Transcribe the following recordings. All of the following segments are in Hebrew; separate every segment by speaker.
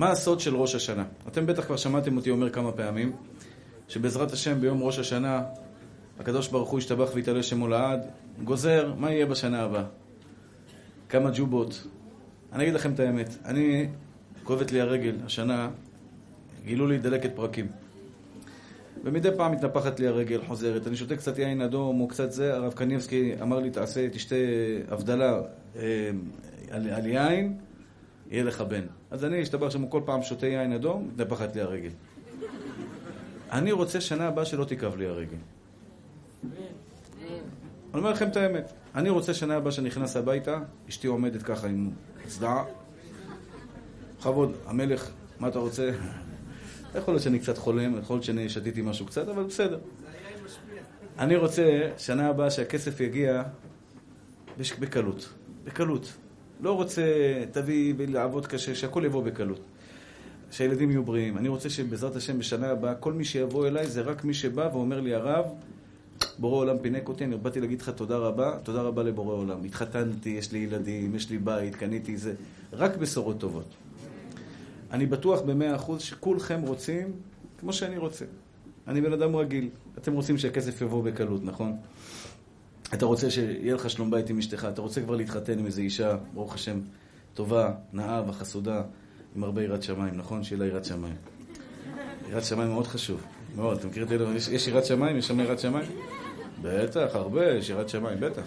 Speaker 1: מה הסוד של ראש השנה? אתם בטח כבר שמעתם אותי אומר כמה פעמים, שבעזרת השם ביום ראש השנה, הקדוש ברוך הוא ישתבח ויתעלה שמו לעד, גוזר, מה יהיה בשנה הבאה? כמה ג'ובות. אני אגיד לכם את האמת, אני כואבת לי הרגל, השנה גילו לי דלקת פרקים. ומדי פעם מתנפחת לי הרגל, חוזרת. אני שותה קצת יין אדום או קצת זה, הרב קניבסקי אמר לי, תשתה הבדלה על יין, יהיה לך בן. אז אני אשתבח שם כל פעם שותה יין אדום, מתנפחת לי הרגל. אני רוצה שנה הבאה שלא תיקב לי הרגל. אני אומר לכם את האמת. אני רוצה שנה הבאה שנכנס הביתה, אשתי עומדת ככה עם צדעה. חבוד, המלך, מה אתה רוצה? יכול להיות שאני קצת חולם, יכול להיות שאני שתיתי משהו קצת, אבל בסדר. אני רוצה שנה הבאה שהכסף יגיע בקלות. בקלות. לא רוצה תביא ולעבוד קשה, שהכל יבוא בקלות. שהילדים יהיו בריאים. אני רוצה שבעזרת השם בשנה הבאה, כל מי שיבוא אליי זה רק מי שבא ואומר לי, הרב, בורא עולם פינק אותי, אני באתי להגיד לך תודה רבה לבורא עולם. התחתנתי, יש לי ילדים, יש לי בית, קניתי זה. רק בשורות טובות. אני בטוח ב100% שכולכם רוצים כמו שאני רוצה. אני בן אדם רגיל. אתם רוצים שהכסף יבוא בקלות, נכון? אתה רוצה שיהיה לך שלום בית עם אשתך, אתה רוצה כבר להתחתן עם איזו אישה, ברוך השם, טובה, נאה וחסודה, עם הרבה יראת שמיים, נכון? שיהיה לה יראת שמיים. יראת שמיים מאוד חשוב, מאוד. אתם מכירים את זה? יש יראת שמיים? יש שם יראת שמיים? בטח, הרבה, יש יראת שמיים, בטח.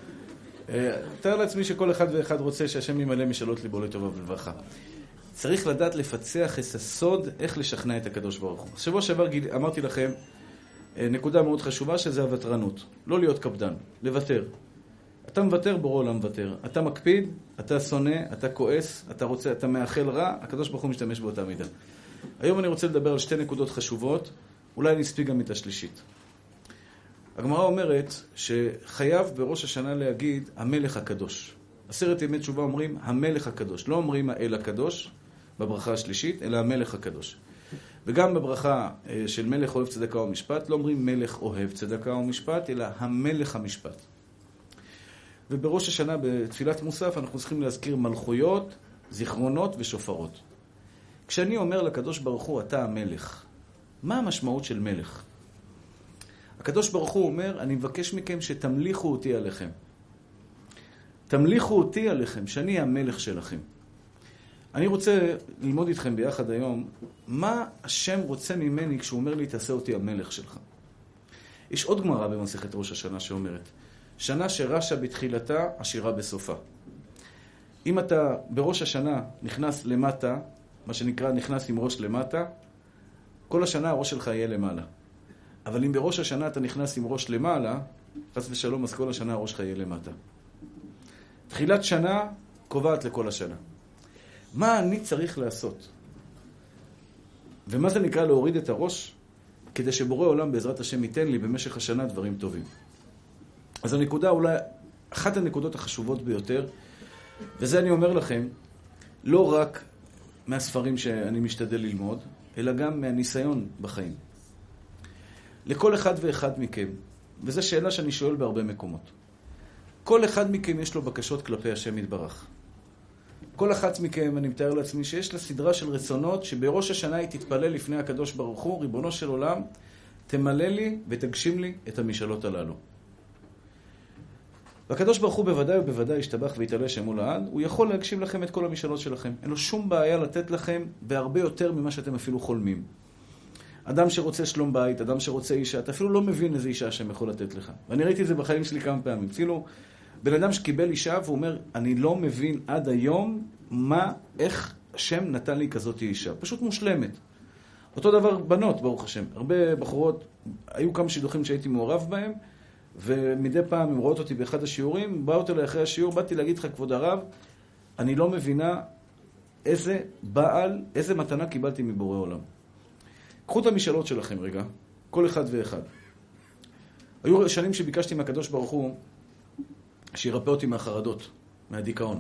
Speaker 1: תאר לעצמי שכל אחד ואחד רוצה שהשם ימלא משאלות ליבו לטובה ולברכה. צריך לדעת לפצח את הסוד איך לשכנע את הקדוש ברוך הוא. שבוע שעבר אמרתי לכם נקודה מאוד חשובה שזה הוותרנות. לא להיות קפדן, לוותר. אתה מוותר, בורא עולם מוותר. אתה מקפיד, אתה שונא, אתה כועס, אתה רוצה, אתה מאחל רע, הקדוש ברוך הוא משתמש באותה מידה. היום אני רוצה לדבר על שתי נקודות חשובות, אולי נספיק גם את השלישית. הגמרא אומרת שחייב בראש השנה להגיד המלך הקדוש. 10 ימי תשובה אומרים המלך הקדוש. לא אומרים האל הקדוש בברכה השלישית, אלא המלך הקדוש. וגם בברכה של מלך אוהב צדקה ומשפט, לא אומרים מלך אוהב צדקה ומשפט, אלא המלך המשפט. ובראש השנה בתפילת מוסף אנחנו צריכים להזכיר מלכויות, זיכרונות ושופרות. כשאני אומר לקדוש ברוך הוא, אתה המלך, מה המשמעות של מלך? הקדוש ברוך הוא אומר, אני מבקש מכם שתמליכו אותי עליכם. תמליכו אותי עליכם, שאני המלך שלכם. אני רוצה ללמוד איתכם ביחד היום, מה השם רוצה ממני כשהוא אומר לי, תעשה אותי המלך שלך. יש עוד גמרא במסכת ראש השנה שאומרת, שנה שרשע בתחילתה, עשירה בסופה. אם אתה בראש השנה נכנס למטה, מה שנקרא נכנס עם ראש למטה, כל השנה הראש שלך יהיה למעלה. אבל אם בראש השנה אתה נכנס עם ראש למעלה, חס ושלום, אז כל השנה הראש שלך יהיה למטה. תחילת שנה קובעת לכל השנה. מה אני צריך לעשות? ומה זה נקרא להוריד את הראש? כדי שבורא עולם בעזרת השם ייתן לי במשך השנה דברים טובים. אז הנקודה אולי, אחת הנקודות החשובות ביותר, וזה אני אומר לכם, לא רק מהספרים שאני משתדל ללמוד, אלא גם מהניסיון בחיים. לכל אחד ואחד מכם, וזו שאלה שאני שואל בהרבה מקומות, כל אחד מכם יש לו בקשות כלפי השם יתברך. כל אחת מכם, אני מתאר לעצמי, שיש לה סדרה של רצונות, שבראש השנה היא תתפלל לפני הקדוש ברוך הוא, ריבונו של עולם, תמלא לי ותגשים לי את המשאלות הללו. והקדוש ברוך הוא בוודאי ובוודאי ישתבח ויתעלה שמו לעד, הוא יכול להגשים לכם את כל המשאלות שלכם. אין לו שום בעיה לתת לכם בהרבה יותר ממה שאתם אפילו חולמים. אדם שרוצה שלום בית, אדם שרוצה אישה, אתה אפילו לא מבין איזה אישה השם יכול לתת לך. ואני ראיתי את זה בחיים שלי כמה פעמים. אפילו בן אדם שקיבל אישה והוא אומר, אני לא מבין עד היום איך השם נתן לי כזאת אישה. פשוט מושלמת. אותו דבר בנות, ברוך השם. הרבה בחורות, היו כמה שידוכים שהייתי מעורב בהם, ומדי פעם הם רואות אותי באחד השיעורים, באו אותי לאחרי השיעור, באתי להגיד לך, כבוד הרב, אני לא מבינה איזה בעל, איזה מתנה קיבלתי מבורא עולם. קחו את המשאלות שלכם רגע, כל אחד ואחד. היו שנים שביקשתי מהקדוש ברוך הוא שירפא אותי מהחרדות, מהדיכאון.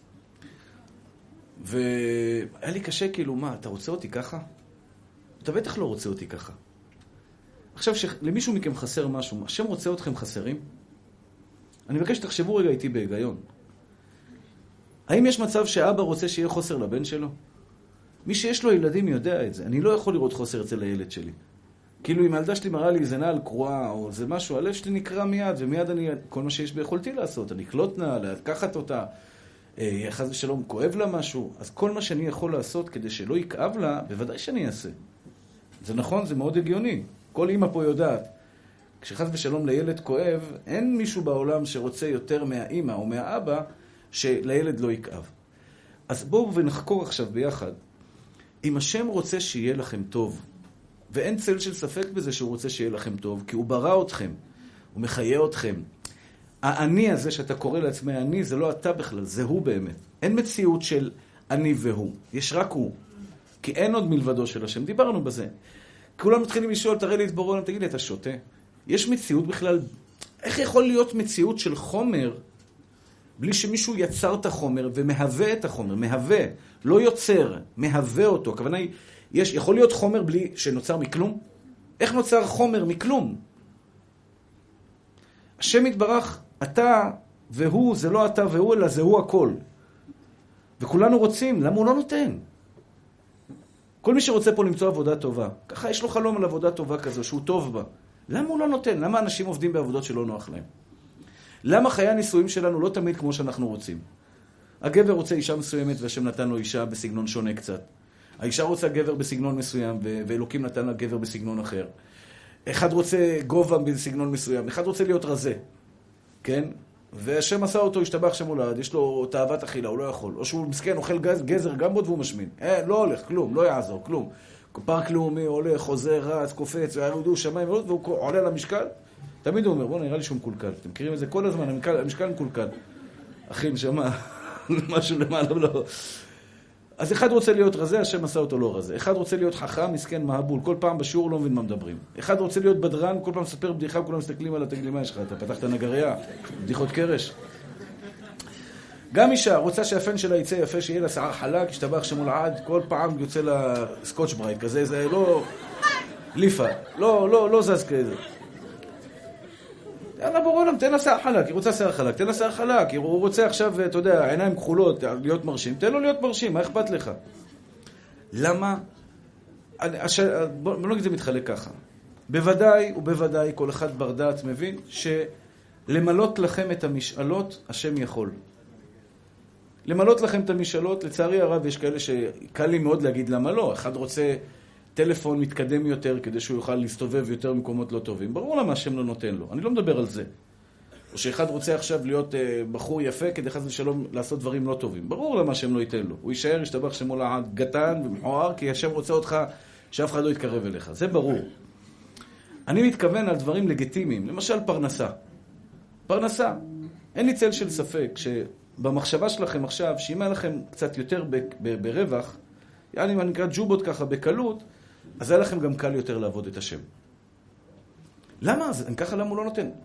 Speaker 1: והיה לי קשה כאילו, מה, אתה רוצה אותי ככה? אתה בטח לא רוצה אותי ככה. עכשיו, למישהו מכם חסר משהו, השם רוצה אתכם חסרים? אני מבקש שתחשבו רגע איתי בהיגיון. האם יש מצב שאבא רוצה שיהיה חוסר לבן שלו? מי שיש לו ילדים יודע את זה. אני לא יכול לראות חוסר אצל הילד שלי. כאילו אם הילדה שלי מראה לי איזה נעל קרועה או זה משהו, הלב שלי נקרא מיד, ומיד כל מה שיש ביכולתי לעשות, אני אקלוט נעל, לקחת אותה, חס ושלום כואב לה משהו, אז כל מה שאני יכול לעשות כדי שלא יכאב לה, בוודאי שאני אעשה. זה נכון, זה מאוד הגיוני. כל אמא פה יודעת. כשחס ושלום לילד כואב, אין מישהו בעולם שרוצה יותר מהאמא או מהאבא שלילד לא יכאב. אז בואו ונחקור עכשיו ביחד. אם השם רוצה שיהיה לכם טוב, ואין צל של ספק בזה שהוא רוצה שיהיה לכם טוב, כי הוא ברא אתכם, הוא מחיה אתכם. האני הזה שאתה קורא לעצמי אני, זה לא אתה בכלל, זה הוא באמת. אין מציאות של אני והוא, יש רק הוא. כי אין עוד מלבדו של השם, דיברנו בזה. כולם מתחילים לשאול, תראה לי את בורא עולם, תגיד לי, אתה שותה? יש מציאות בכלל, איך יכול להיות מציאות של חומר, בלי שמישהו יצר את החומר ומהווה את החומר, מהווה, לא יוצר, מהווה אותו. הכוונה היא, יכול להיות חומר בלי שנוצר מכלום? איך נוצר חומר מכלום? השם יתברך, אתה והוא, זה לא אתה והוא, אלא זה הוא הכל. וכולנו רוצים, למה הוא לא נותן? כל מי שרוצה פה למצוא עבודה טובה, ככה יש לו חלום על עבודה טובה כזו, שהוא טוב בה. למה הוא לא נותן? למה אנשים עובדים בעבודות שלא נוח להם? למה חיי הנישואים שלנו לא תמיד כמו שאנחנו רוצים? הגבר רוצה אישה מסוימת והשם נתן לו אישה בסגנון שונה קצת. האישה רוצה גבר בסגנון מסוים ואלוקים נתן לה גבר בסגנון אחר. אחד רוצה גובה בסגנון מסוים, אחד רוצה להיות רזה. כן? והשם עשה אותו, השתבח שם הולד, יש לו תאוות אכילה, הוא לא יכול. או שהוא מסכן, אוכל גזר גם בו והוא משמין. לא הולך, כלום, לא יעזור, כלום. פארק לאומי, הולך, חוזר, רץ, קופץ, וירדו שמיים, והוא עולה למשקל. תמיד הוא אומר, בוא נראה לי שהוא מקולקל. אתם מכירים את זה כל הזמן, המשקל מקולקל. אחים, שמה, משהו למעלה, לא. אז אחד רוצה להיות רזה, השם עשה אותו לא רזה. אחד רוצה להיות חכם, מסכן, מהבול. כל פעם בשיעור לא מבין מה מדברים. אחד רוצה להיות בדרן, כל פעם מספר בדיחה, כולם מסתכלים על התגלימה, יש לך, אתה פתחת נגריה, בדיחות קרש. גם אישה רוצה שהפן שלה יצא יפה, שיהיה לה שיער חלק, ישתבח שמול עד, כל פעם יוצא לה סקוץ' ברייט כזה, זה לא ליפה, לא זז כזה. יאללה בורא עולם, תן לה שיער חלק, היא רוצה שיער חלק, תן לה שיער חלק, הוא רוצה עכשיו, אתה יודע, עיניים כחולות, להיות מרשים, תן לו להיות מרשים, מה אכפת לך? למה? בוא נגיד זה מתחלק ככה. בוודאי ובוודאי כל אחד בר דעת מבין שלמלות לכם את המשאלות, השם יכול. למלות לכם את המשאלות, לצערי הרב יש כאלה שקל לי מאוד להגיד למה לא. אחד רוצה טלפון מתקדם יותר כדי שהוא יוכל להסתובב יותר מקומות לא טובים. ברור למה השם לא נותן לו, אני לא מדבר על זה. או שאחד רוצה עכשיו להיות בחור יפה כדי חס ושלום לעשות דברים לא טובים. ברור למה השם לא ייתן לו. הוא יישאר, ישתבח שמו לעד גטן ומכוער, כי השם רוצה אותך שאף אחד לא יתקרב אליך. זה ברור. אני מתכוון על דברים לגיטימיים, למשל פרנסה. פרנסה. אין לי צל של ספק שבמחשבה שלכם עכשיו, שאם היה לכם קצת יותר ברווח, יעני מה נקרא ג'ובות ככה בקלות, אז היה לכם גם קל יותר לעבוד את השם. למה? ככה למה הוא לא נותן?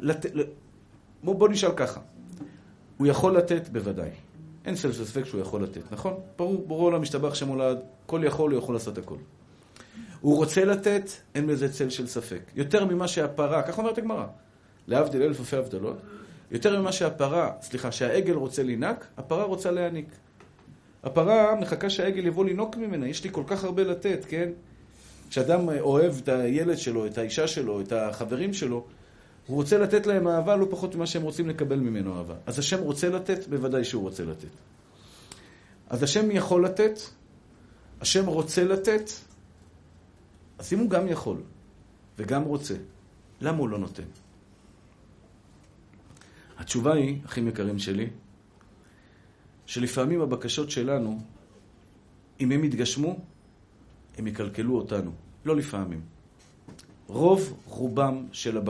Speaker 1: בוא נשאל ככה. הוא יכול לתת בוודאי. אין צל של ספק שהוא יכול לתת, נכון? ברור לה משתבח שם הולד, כל יכול, הוא יכול לעשות הכל. הוא רוצה לתת, אין בזה צל של ספק. יותר ממה שהפרה, כך אומרת הגמרא, להבדיל אלף אלפי הבדלות, יותר ממה שהעגל רוצה לינק, הפרה רוצה להעניק. הפרה מחכה שהעגל יבוא לינוק ממנה, יש לי כל כך הרבה לתת, כן? כשאדם אוהב את הילד שלו, את האישה שלו, את החברים שלו, הוא רוצה לתת להם אהבה לא פחות ממה שהם רוצים לקבל ממנו אהבה. אז השם רוצה לתת, בוודאי שהוא רוצה לתת. אז השם יכול לתת, השם רוצה לתת, אז אם הוא גם יכול וגם רוצה, למה הוא לא נותן? התשובה היא, אחים יקרים שלי, שלפעמים הבקשות שלנו, אם הם יתגשמו, הם יקלקלו אותנו. לא לפעמים. רוב רובם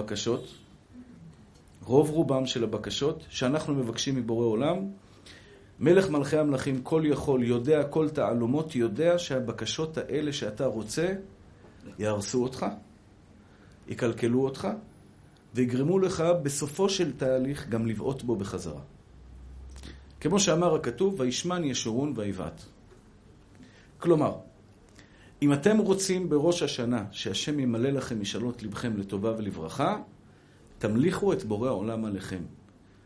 Speaker 1: של הבקשות שאנחנו מבקשים מבורא עולם, מלך מלכי המלכים כל יכול, יודע כל תעלומות, יודע שהבקשות האלה שאתה רוצה, יהרסו אותך, יקלקלו אותך, ויגרמו לך בסופו של תהליך גם לבעוט בו בחזרה. כמו שאמר הכתוב, וישמן ישורון ויבעט. כלומר, אם אתם רוצים בראש השנה שהשם ימלא לכם משאלות לבכם לטובה ולברכה, תמליכו את בורא העולם עליכם.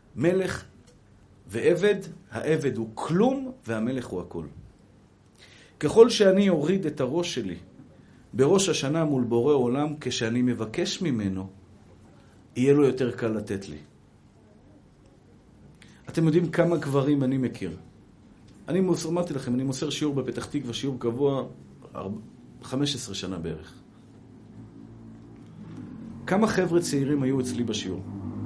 Speaker 1: מלך ועבד, העבד הוא כלום והמלך הוא הכל. ככל שאני אוריד את הראש שלי בראש השנה מול בורא עולם, כשאני מבקש ממנו, יהיה לו יותר קל לתת לי. אתם יודעים כמה גברים אני מכיר. אמרתי לכם, אני מוסר שיעור בפתח תקווה, שיעור קבוע 15 שנה בערך. כמה חבר'ה צעירים היו אצלי בשיעור?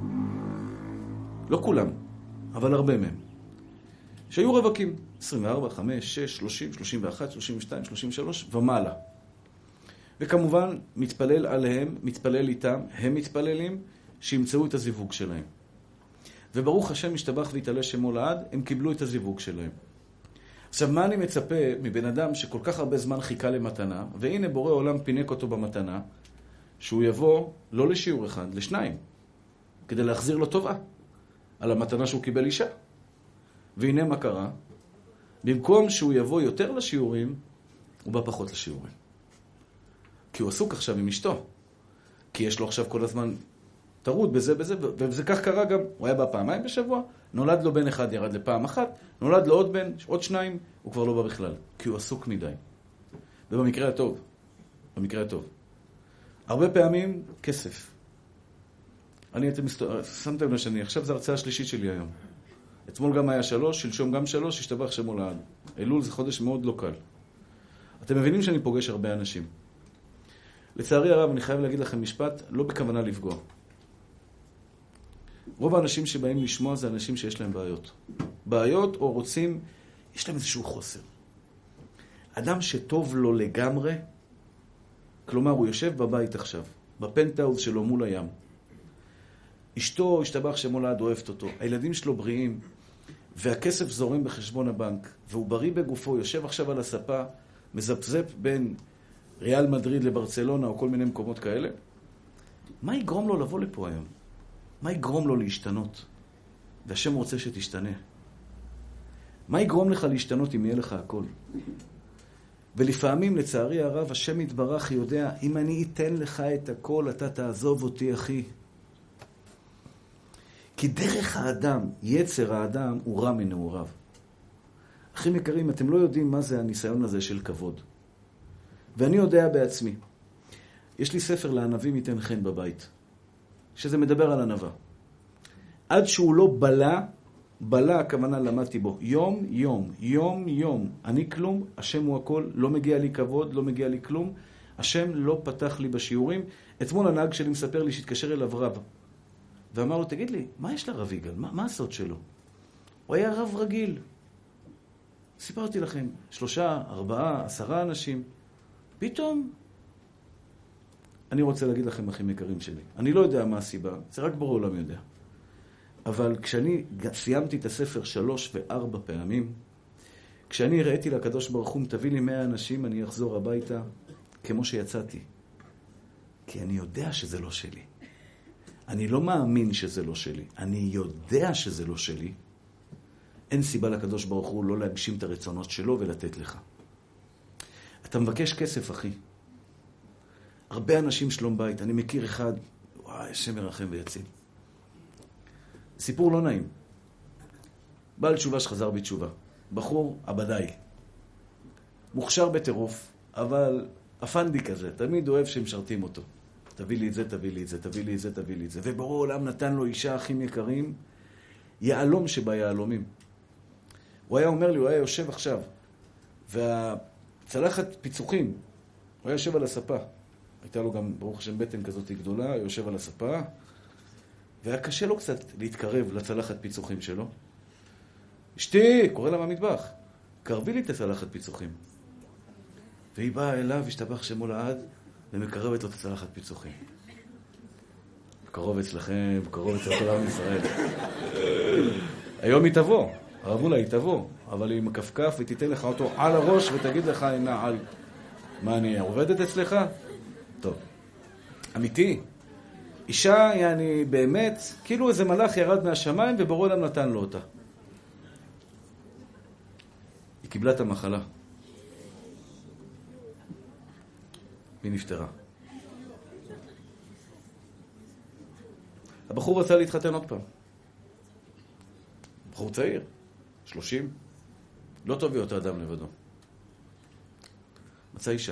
Speaker 1: לא כולם, אבל הרבה מהם. שהיו רווקים, 24, 5, 6, 30, 31, 32, 33 ומעלה. וכמובן, מתפלל עליהם, מתפלל איתם, הם מתפללים, שימצאו את הזיווג שלהם. וברוך השם משתבח והתעלה שמו לעד, הם קיבלו את הזיווג שלהם. עכשיו, מה אני מצפה מבן אדם שכל כך הרבה זמן חיכה למתנה, והנה בורא עולם פינק אותו במתנה, שהוא יבוא לא לשיעור אחד, לשניים, כדי להחזיר לו טובה על המתנה שהוא קיבל אישה. והנה מה קרה? במקום שהוא יבוא יותר לשיעורים, הוא בא פחות לשיעורים. כי הוא עסוק עכשיו עם אשתו. כי יש לו עכשיו כל הזמן תרוד בזה, וזה כך קרה גם. הוא היה בא פעמיים בשבוע, נולד לו בן אחד, ירד לפעם אחת, נולד לו עוד בן, עוד שניים, הוא כבר לא בא בכלל. כי הוא עסוק מדי. ובמקרה הטוב, הרבה פעמים כסף. שמתם לב שאני, עכשיו זו הרצאה השלישית שלי היום. אתמול גם היה 3, שלשום גם 3, השתבח שמו לעד. אלול זה חודש מאוד לא קל. אתם מבינים שאני פוגש הרבה אנשים. לצערי הרב, אני חייב להגיד לכם משפט, לא בכוונה לפגוע. רוב האנשים שבאים לשמוע זה אנשים שיש להם בעיות. בעיות או רוצים, יש להם איזשהו חוסר. אדם שטוב לו לגמרי, כלומר הוא יושב בבית עכשיו, בפנטהאוז שלו מול הים. אשתו השתבח שמו לעד אוהבת אותו, הילדים שלו בריאים, והכסף זורם בחשבון הבנק, והוא בריא בגופו, יושב עכשיו על הספה, מזפזפ בין ריאל מדריד לברצלונה או כל מיני מקומות כאלה. מה יגרום לו לבוא לפה היום? מה יגרום לו להשתנות? והשם רוצה שתשתנה. מה יגרום לך להשתנות אם יהיה לך הכל? ולפעמים, לצערי הרב, השם יתברך יודע, אם אני אתן לך את הכל, אתה תעזוב אותי, אחי. כי דרך האדם, יצר האדם, הוא רע מנעוריו. אחים יקרים, אתם לא יודעים מה זה הניסיון הזה של כבוד. ואני יודע בעצמי. יש לי ספר לענבים ייתן חן בבית, שזה מדבר על ענבה. עד שהוא לא בלה הכוונה למדתי בו. יום. אני כלום, השם הוא הכל, לא מגיע לי כבוד, לא מגיע לי כלום. השם לא פתח לי בשיעורים. אתמול הנהג שלי מספר לי שהתקשר אליו רב. ואמר לו, תגיד לי, מה יש לרב יגאל? מה הסוד שלו? הוא היה רב רגיל. סיפרתי לכם, 3, 4, 10 אנשים. פתאום, אני רוצה להגיד לכם, אחים יקרים שלי, אני לא יודע מה הסיבה, זה רק בורא עולם יודע. אבל כשאני סיימתי את הספר 3 ו4 פעמים, כשאני הראיתי לקדוש ברוך הוא, תביא לי 100 אנשים, אני אחזור הביתה כמו שיצאתי. כי אני יודע שזה לא שלי. אני לא מאמין שזה לא שלי. אני יודע שזה לא שלי. אין סיבה לקדוש ברוך הוא לא להגשים את הרצונות שלו ולתת לך. אתה מבקש כסף, אחי. הרבה אנשים שלום בית. אני מכיר אחד, וואי, השם ירחם ויציל. סיפור לא נעים. בעל תשובה שחזר בתשובה. בחור עבדאי. מוכשר בטירוף, אבל אפנדי כזה. תמיד אוהב שמשרתים אותו. תביא לי את זה, תביא לי את זה, תביא לי את זה, תביא לי את זה. ובורא עולם נתן לו אישה אחים יקרים, יעלום שביעלומים. הוא היה אומר לי, הוא היה יושב עכשיו, והצלחת פיצוחים, הוא היה יושב על הספה. הייתה לו גם, ברוך השם, בטן כזאת גדולה, הוא יושב על הספה, והיה קשה לו קצת להתקרב לצלחת פיצוחים שלו. אשתי, קורא לה מהמטבח, קרבי לי את הצלחת פיצוחים. והיא באה אליו, השתבח שמו לעד, ומקרבת לו את הצלחת פיצוחים. קרוב אצלכם, קרוב אצל כל עם ישראל. היום היא תבוא, הרבולה היא תבוא, אבל היא מקפקף ותיתן לך אותו על הראש ותגיד לך, הנה על... מה אני עובדת אצלך? טוב. אמיתי. אישה, יעני, באמת, כאילו איזה מלאך ירד מהשמיים ובורא עולם נתן לו אותה. היא קיבלה את המחלה. והיא נפטרה. הבחור רצה להתחתן עוד פעם. בחור צעיר, 30. לא טוב להיות האדם לבדו. מצא אישה.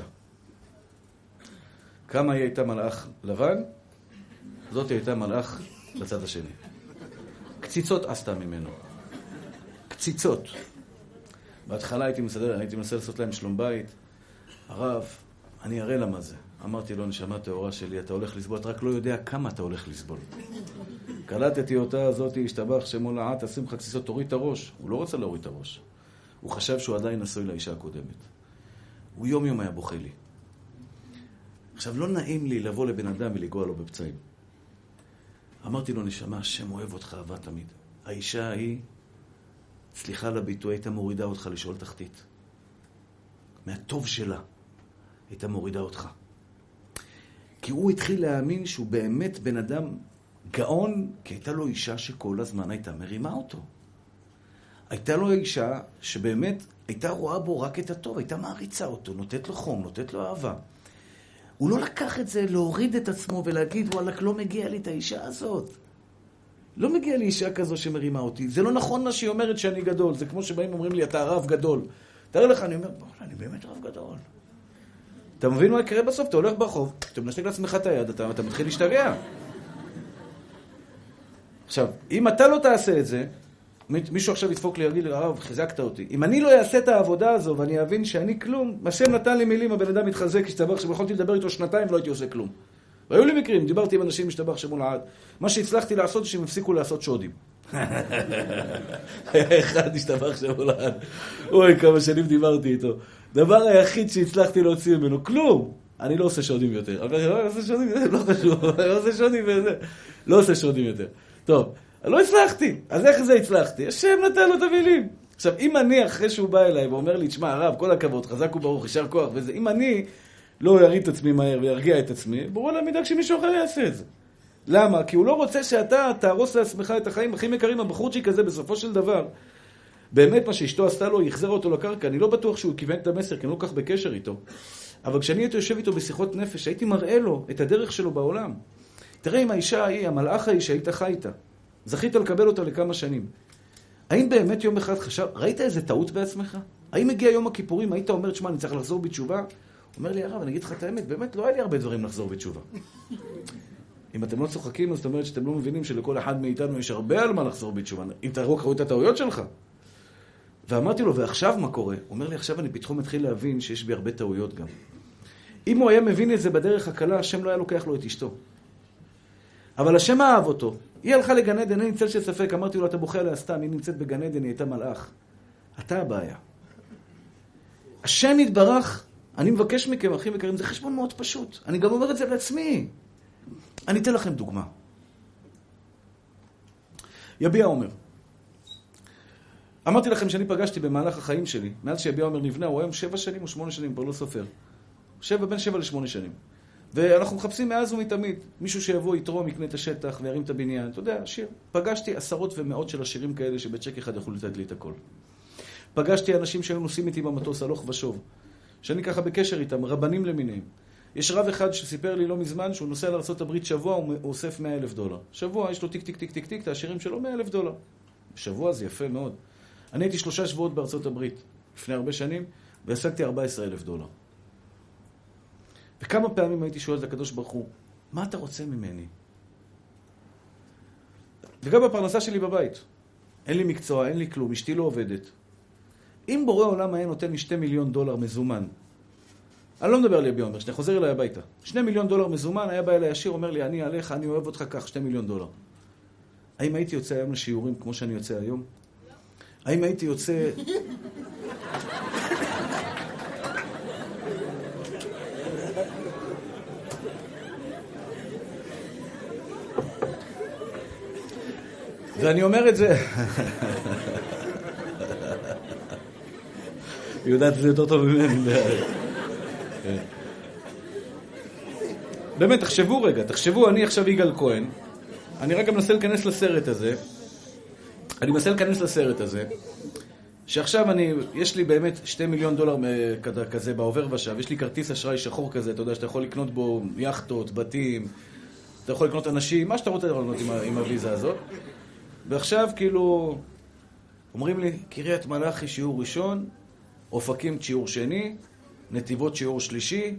Speaker 1: כמה היא הייתה מלאך לבן? זאת הייתה מלאך בצד השני. קציצות עשתה ממנו. קציצות. בהתחלה הייתי מנסה לעשות להם שלום בית. הרב, אני אראה לה מה זה. אמרתי לו, נשמה תאורה שלי, אתה הולך לסבול, אתה רק לא יודע כמה אתה הולך לסבול. קלטתי אותה הזאת, השתבח שמו לעד, תשים לך קציצות, תוריד את הראש. הוא לא רצה להוריד את הראש. הוא חשב שהוא עדיין נשוי לאישה הקודמת. הוא יום יום היה בוכה לי. עכשיו, לא נעים לי לבוא לבן אדם ולגוע לו בפצעים. אמרתי לו, נשמה, השם אוהב אותך, אהבה תמיד. האישה ההיא, סליחה על הביטוי, הייתה מורידה אותך לשאול תחתית. מהטוב שלה, הייתה מורידה אותך. כי הוא התחיל להאמין שהוא באמת בן אדם גאון, כי הייתה לו אישה שכל הזמן הייתה מרימה אותו. הייתה לו אישה שבאמת הייתה רואה בו רק את הטוב, הייתה מעריצה אותו, נותנת לו חום, נותנת לו אהבה. הוא לא לקח את זה, להוריד את עצמו ולהגיד, וואלק, לא מגיע לי את האישה הזאת. לא מגיע לי אישה כזו שמרימה אותי. זה לא נכון מה שהיא אומרת שאני גדול. זה כמו שבאים אומרים לי, אתה רב גדול. תראה לך, אני אומר, אני באמת רב גדול. אתה מבין מה יקרה בסוף? אתה הולך ברחוב, אתה מנשק לעצמך את היד, אתה מתחיל להשתגע. עכשיו, אם אתה לא תעשה את זה, מישהו עכשיו ידפוק לי, יגיד לי, הרב, חיזקת אותי. אם אני לא אעשה את העבודה הזו ואני אבין שאני כלום, השם נתן לי מילים, הבן אדם מתחזק, השתבח, שיכולתי לדבר איתו 2 ולא הייתי עושה כלום. והיו לי מקרים, דיברתי עם אנשים משתבח שמו לעד. מה שהצלחתי לעשות זה שהם הפסיקו לעשות שודים. היה אחד השתבח שמו לעד. אוי, כמה שנים דיברתי איתו. דבר היחיד שהצלחתי להוציא ממנו, כלום. אני לא עושה שודים יותר. אבל לא עושה שודים יותר, לא חשוב. לא עושה שודים יותר. לא עושה שודים יותר. טוב, לא הצלחתי. אז איך זה הצלחתי? השם נתן לו את המילים. עכשיו, אם אני אחרי שהוא בא אליי ואומר לי, תשמע, הרב, כל הכבוד, חזק וברוך, ישר כוח וזה, אם אני לא יריד את עצמי מהר וירגיע את עצמי, ברור לה מידע שמישהו אחר יעשה את זה. למה? כי הוא לא רוצה שאתה תהרוס לעצמך את החיים הכי יקרים. הבחורצ'יק הזה בסופו של דבר, באמת מה שאשתו עשתה לו, יחזר אותו לקרקע. אני לא בטוח שהוא כיוון את המסר, כי אני לא כך בקשר איתו. אבל כשאני הייתי יושב איתו בשיחות נפש, הייתי מראה לו את הדרך שלו בעולם. תראה אם האישה ההיא, המלאך ההיא שהיית חי איתה, זכית לקבל אותה לכמה שנים. האם באמת יום אחד ראית איזה טעות בעצמך? האם הגיע יום הכיפורים, היית אומר, תשמע, אני צריך לחזור בתשובה? אומר לי, הרב, אני אגיד לך את האמת, באמת לא היה לי הרבה דברים לחזור בתשובה. אם אתם לא צוחקים, אז זאת אומרת שאתם לא מבינים שלכל אחד מאיתנו יש הרבה על מה לחזור בתשובה. אם תראו את הטעויות שלך. ואמרתי לו, ועכשיו מה קורה? הוא אומר לי, עכשיו אני פתאום מתחיל להבין שיש בי הרבה טעויות גם. אם הוא היה מבין את זה בדרך הקלה, השם לא היה לוקח לו את אשתו. אבל השם אהב אותו. היא הלכה לגן עדן, אין צל של ספק. אמרתי לו, אתה בוכה עליה סתם, היא נמצאת בגן עדן, היא הייתה מלאך. אתה הבעיה. השם יתברך, אני מבקש מכם, אחים יקרים, זה חשבון מאוד פשוט. אני גם אומר את זה לעצמי. אני אתן לכם דוגמה. יביע עומר. אמרתי לכם שאני פגשתי במהלך החיים שלי, מאז שיביע עומר נבנה, הוא היום 7 שנים או 8 שנים, כבר לא סופר. בין 7 ל-8 שנים. ואנחנו מחפשים מאז ומתמיד מישהו שיבוא, יתרום, יקנה את השטח וירים את הבניין. אתה יודע, שיר. פגשתי עשרות ומאות של השירים כאלה שבצ'ק אחד יכולו לתת לי את הכל. פגשתי אנשים שהיו נוסעים איתי במטוס הלוך ושוב, שאני ככה בקשר איתם, רבנים למיניהם. יש רב אחד שסיפר לי לא מזמן שהוא נוסע לארצות הברית שבוע, הוא אוסף $100,000. שבוע, יש לו טיק טיק טיק טיק טיק, את השירים שלו $100,000. שבוע זה יפה מאוד. אני הייתי 3 שבועות בארצות הברית, לפני הרבה שנים, והשגתי $14,000. וכמה פעמים הייתי שואל את הקדוש ברוך הוא, מה אתה רוצה ממני? וגם בפרנסה שלי בבית. אין לי מקצוע, אין לי כלום, אשתי לא עובדת. אם בורא עולם היה נותן לי $2 מיליון מזומן, אני לא מדבר על יביע עומר, שאני חוזר אליי הביתה. $2 מיליון מזומן, היה בא אליי ישיר, אומר לי, אני עליך, אני אוהב אותך כך, $2 מיליון. האם הייתי יוצא היום לשיעורים כמו שאני יוצא היום? האם הייתי יוצא... ואני אומר את זה... היא יודעת את זה יותר טוב ממני. באמת, תחשבו, אני עכשיו יגאל כהן, אני רק מנסה להיכנס לסרט הזה, שעכשיו יש לי באמת $2 מיליון כזה בעובר ושב, יש לי כרטיס אשראי שחור כזה, אתה יודע שאתה יכול לקנות בו יחטות, בתים, אתה יכול לקנות אנשים, מה שאתה רוצה לקנות עם הוויזה הזאת. ועכשיו כאילו אומרים לי, קריית מלאכי שיעור ראשון, אופקים שיעור שני, נתיבות שיעור שלישי,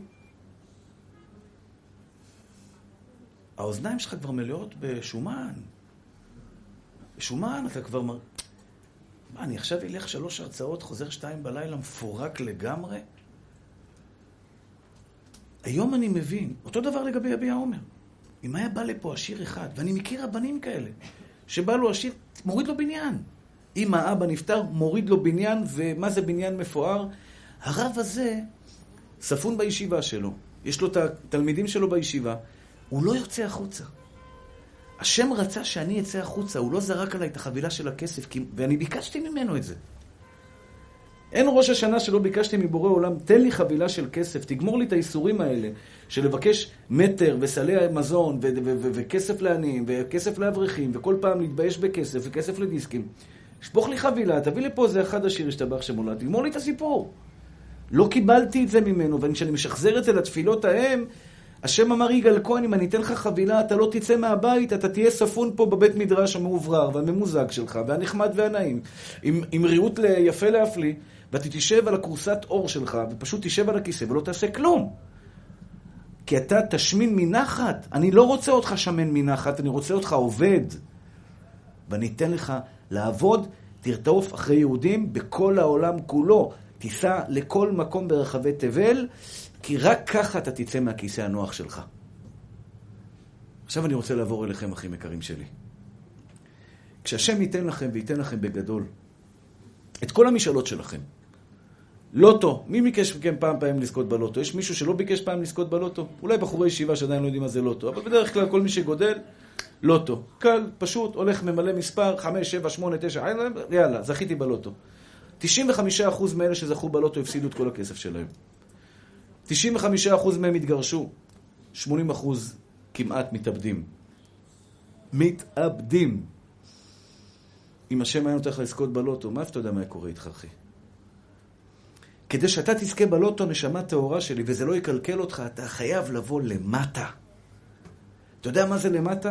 Speaker 1: האוזניים שלך כבר מלאות בשומן. בשומן אתה כבר מה, אני עכשיו אלך 3 הרצאות, חוזר 2 בלילה, מפורק לגמרי? היום אני מבין, אותו דבר לגבי יביע עומר. אם היה בא לפה עשיר אחד, ואני מכיר רבנים כאלה, שבא לו עשיר, מוריד לו בניין. אם האבא נפטר, מוריד לו בניין, ומה זה בניין מפואר? הרב הזה ספון בישיבה שלו, יש לו את התלמידים שלו בישיבה, הוא לא יוצא החוצה. השם רצה שאני אצא החוצה, הוא לא זרק עליי את החבילה של הכסף, ואני ביקשתי ממנו את זה. אין ראש השנה שלא ביקשתי מבורא עולם, תן לי חבילה של כסף, תגמור לי את האיסורים האלה, של לבקש מטר וסלי מזון, וכסף לעניים, וכסף לאברכים, וכל פעם להתבייש בכסף, וכסף לדיסקים. שפוך לי חבילה, תביא לי פה איזה אחד השיר השתבח שמולד, תגמור לי את הסיפור. לא קיבלתי את זה ממנו, וכשאני משחזר את זה לתפילות ההם, השם אמר יגאל כהן, אם אני אתן לך חבילה, אתה לא תצא מהבית, אתה תהיה ספון פה בבית מדרש המעוברר והממוזג שלך, והנחמד והנעים, עם ריאות יפה להפליא, ואתה תשב על הקורסת אור שלך, ופשוט תשב על הכיסא ולא תעשה כלום. כי אתה תשמין מנחת. אני לא רוצה אותך שמן מנחת, אני רוצה אותך עובד. ואני אתן לך לעבוד, תרטוף אחרי יהודים בכל העולם כולו. תיסע לכל מקום ברחבי תבל, כי רק ככה אתה תצא מהכיסא הנוח שלך. עכשיו אני רוצה לעבור אליכם, אחים יקרים שלי. כשהשם ייתן לכם וייתן לכם בגדול, את כל המשאלות שלכם. לוטו. מי ביקש מכם פעם לזכות בלוטו? יש מישהו שלא ביקש פעם לזכות בלוטו? אולי בחורי ישיבה שעדיין לא יודעים מה זה לוטו. אבל בדרך כלל כל מי שגודל, לוטו. קל, פשוט, הולך ממלא מספר, 5, 7, 8, 9, יאללה, זכיתי בלוטו. 95% מאלה שזכו בלוטו הפסידו את כל הכסף שלהם. 95% מהם התגרשו. 80% כמעט מתאבדים. מתאבדים. אם השם היה נותן לך לזכות בלוטו, מה אתה יודע מה קורה איתך, אחי? כדי שאתה תזכה בלוטו, נשמה טהורה שלי, וזה לא יקלקל אותך, אתה חייב לבוא למטה. אתה יודע מה זה למטה?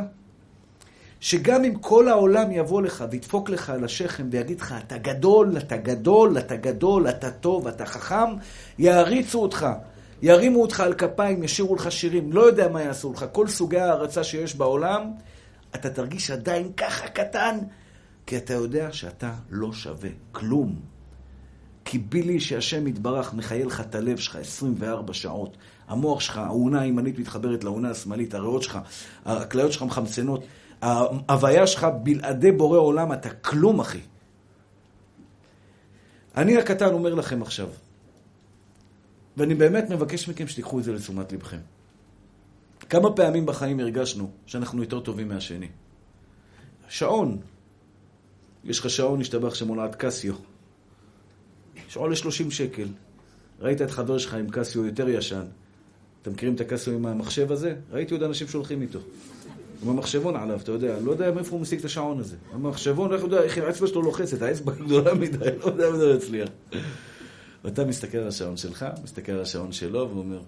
Speaker 1: שגם אם כל העולם יבוא לך וידפוק לך על השכם ויגיד לך, אתה גדול, אתה גדול, אתה גדול, אתה טוב, אתה חכם, יעריצו אותך, ירימו אותך על כפיים, ישירו לך שירים, לא יודע מה יעשו לך, כל סוגי ההרצה שיש בעולם, אתה תרגיש עדיין ככה קטן, כי אתה יודע שאתה לא שווה כלום. כי בילי שהשם יתברך מחייל לך את הלב שלך 24 שעות. המוח שלך, העונה הימנית מתחברת לעונה השמאלית, הריאות שלך, הכליות שלך מחמצנות, ההוויה שלך בלעדי בורא עולם, אתה כלום, אחי. אני הקטן אומר לכם עכשיו, ואני באמת מבקש מכם שתיקחו את זה לתשומת לבכם. כמה פעמים בחיים הרגשנו שאנחנו יותר טובים מהשני? שעון. יש לך שעון השתבח שמולד קסיו. שעון ל-30 שקל. ראית את חבר שלך עם קסיו יותר ישן. אתם מכירים את הקסיו עם המחשב הזה? ראיתי עוד אנשים שהולכים איתו. עם המחשבון עליו, אתה יודע. לא יודע מאיפה הוא משיג את השעון הזה. המחשבון, איך יודע, איך האצבע שלו לוחצת, האצבע גדולה מדי, לא יודע מה זה יצליח. ואתה מסתכל על השעון שלך, מסתכל על השעון שלו, ואומר,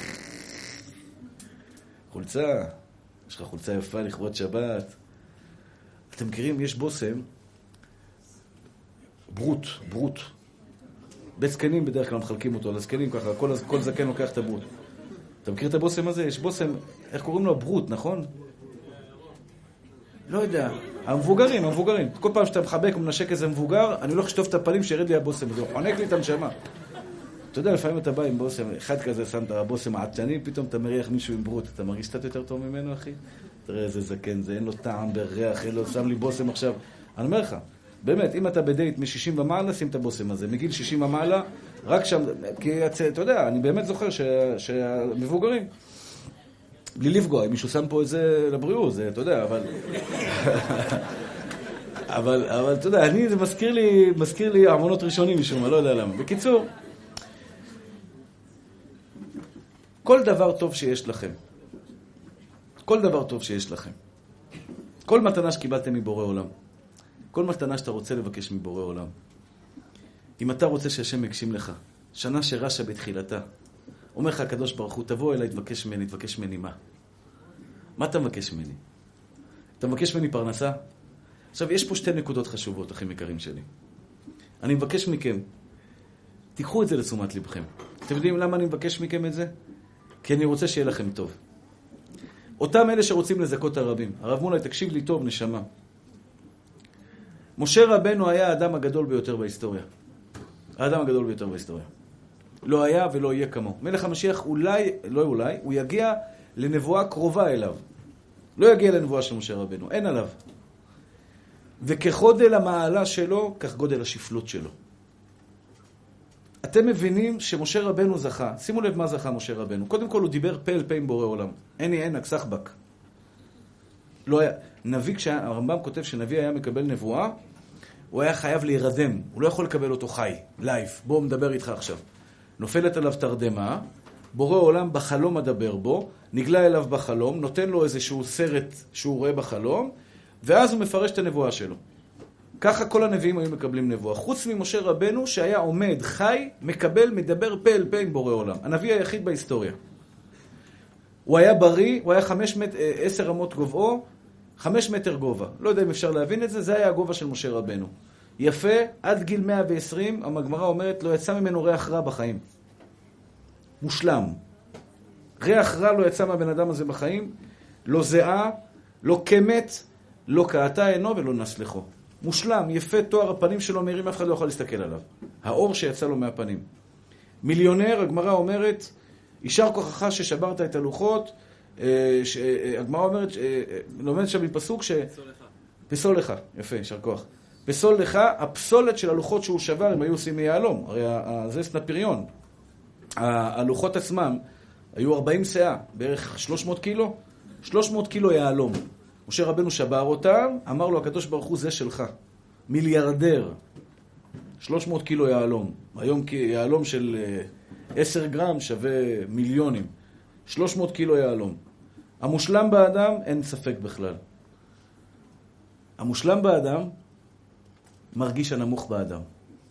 Speaker 1: חולצה, יש לך חולצה יפה לכבוד שבת. אתם מכירים, יש בוסם, ברוט. בית זקנים בדרך כלל מחלקים אותו, לזקנים ככה, כל זקן לוקח את הברוט. אתה מכיר את הבוסם הזה? יש בוסם, איך קוראים לו? ברוט, נכון? לא יודע. המבוגרים. כל פעם שאתה מחבק ומנשק איזה מבוגר, אני הולך לשטוף את הפנים שירד לי הבוסם, זה חונק לי את הנשמה. אתה יודע, לפעמים אתה בא עם בוסם, אחד כזה שם את הבוסם העצני, פתאום אתה מריח מישהו עם ברוט, אתה מרגיש קצת יותר טוב ממנו, אחי? תראה איזה זקן, זה אין לו טעם בריח, אין לו, שם לי בוסם עכשיו. אני אומר לך, באמת, אם אתה בדייט מ-60 ומעלה, שים את הבוסם הזה. מגיל 60 ומעלה, רק שם, כי אתה יודע, אני באמת זוכר שהמבוגרים, בלי לפגוע, אם מישהו שם פה את זה לבריאות, זה, אתה יודע, אבל אתה יודע, זה מזכיר לי ארמונות ראשונים משום, אני לא יודע למה. בקיצור, כל דבר טוב שיש לכם, כל מתנה שקיבלתם מבורא עולם, כל מתנה שאתה רוצה לבקש מבורא עולם, אם אתה רוצה שהשם יגשים לך, שנה שרשע בתחילתה, אומר לך הקדוש ברוך הוא, תבוא אליי, תבקש ממני מה? מה אתה מבקש ממני? אתה מבקש ממני פרנסה? עכשיו, יש פה 2 נקודות חשובות, אחים יקרים שלי. אני מבקש מכם, תיקחו את זה לתשומת לבכם. אתם יודעים למה אני מבקש מכם את זה? כי אני רוצה שיהיה לכם טוב. אותם אלה שרוצים לזכות הרבים. הרב מולאי, תקשיב לי טוב, נשמה. משה רבנו היה האדם הגדול ביותר בהיסטוריה. האדם הגדול ביותר בהיסטוריה. לא היה ולא יהיה כמו. מלך המשיח אולי, הוא יגיע לנבואה קרובה אליו. לא יגיע לנבואה של משה רבנו, אין עליו. וכגודל המעלה שלו, כך גודל השפלות שלו. אתם מבינים שמשה רבנו זכה. שימו לב מה זכה משה רבנו. קודם כל הוא דיבר פה אל פה עם בורא עולם. אין ענק, סחבק. לא היה. נביא, הרמב"ם כותב שנביא היה מקבל נבואה, הוא היה חייב להירדם. הוא לא יכול לקבל אותו חי, לייב. בוא מדבר איתך עכשיו. נופלת עליו תרדמה, בורא עולם בחלום מדבר בו, נגלה אליו בחלום, נותן לו איזשהו סרט שהוא רואה בחלום, ואז הוא מפרש את הנבואה שלו. ככה כל הנביאים היו מקבלים נבואה. חוץ ממשה רבנו שהיה עומד, חי, מקבל, מדבר פה אל פה עם בורא עולם. הנביא היחיד בהיסטוריה. הוא היה בריא, הוא היה 10 אמות גובהו, 5 מטר גובה. לא יודע אם אפשר להבין את זה, זה היה הגובה של משה רבנו. יפה, עד גיל 120, הגמרא אומרת, לא יצא ממנו ריח רע בחיים. מושלם. ריח רע לא יצא מהבן אדם הזה בחיים, לא זהה, לא קמת, לא קעתה עינו ולא נסלחו. מושלם, יפה, תואר, הפנים שלו מהירים, אף אחד לא יכול להסתכל עליו. האור שיצא לו מהפנים. מיליונר, הגמרא אומרת, יישר כוחך ששברת את הלוחות, הגמרא אומרת, לומדת שם מפסוק פסול לך, יפה, יישר כוח. פסול לך, הפסולת של הלוחות שהוא שבר, הם היו עושים מיהלום, הרי זה סנפיריון. הלוחות עצמם היו 40 שאה, בערך 300 קילו, 300 קילו יהלום. משה רבנו שבר אותם, אמר לו הקדוש ברוך הוא זה שלך. מיליארדר, 300 קילו יהלום. היום יהלום של 10 גרם שווה מיליונים. 300 קילו יהלום. המושלם באדם אין ספק בכלל. המושלם באדם מרגיש הנמוך באדם.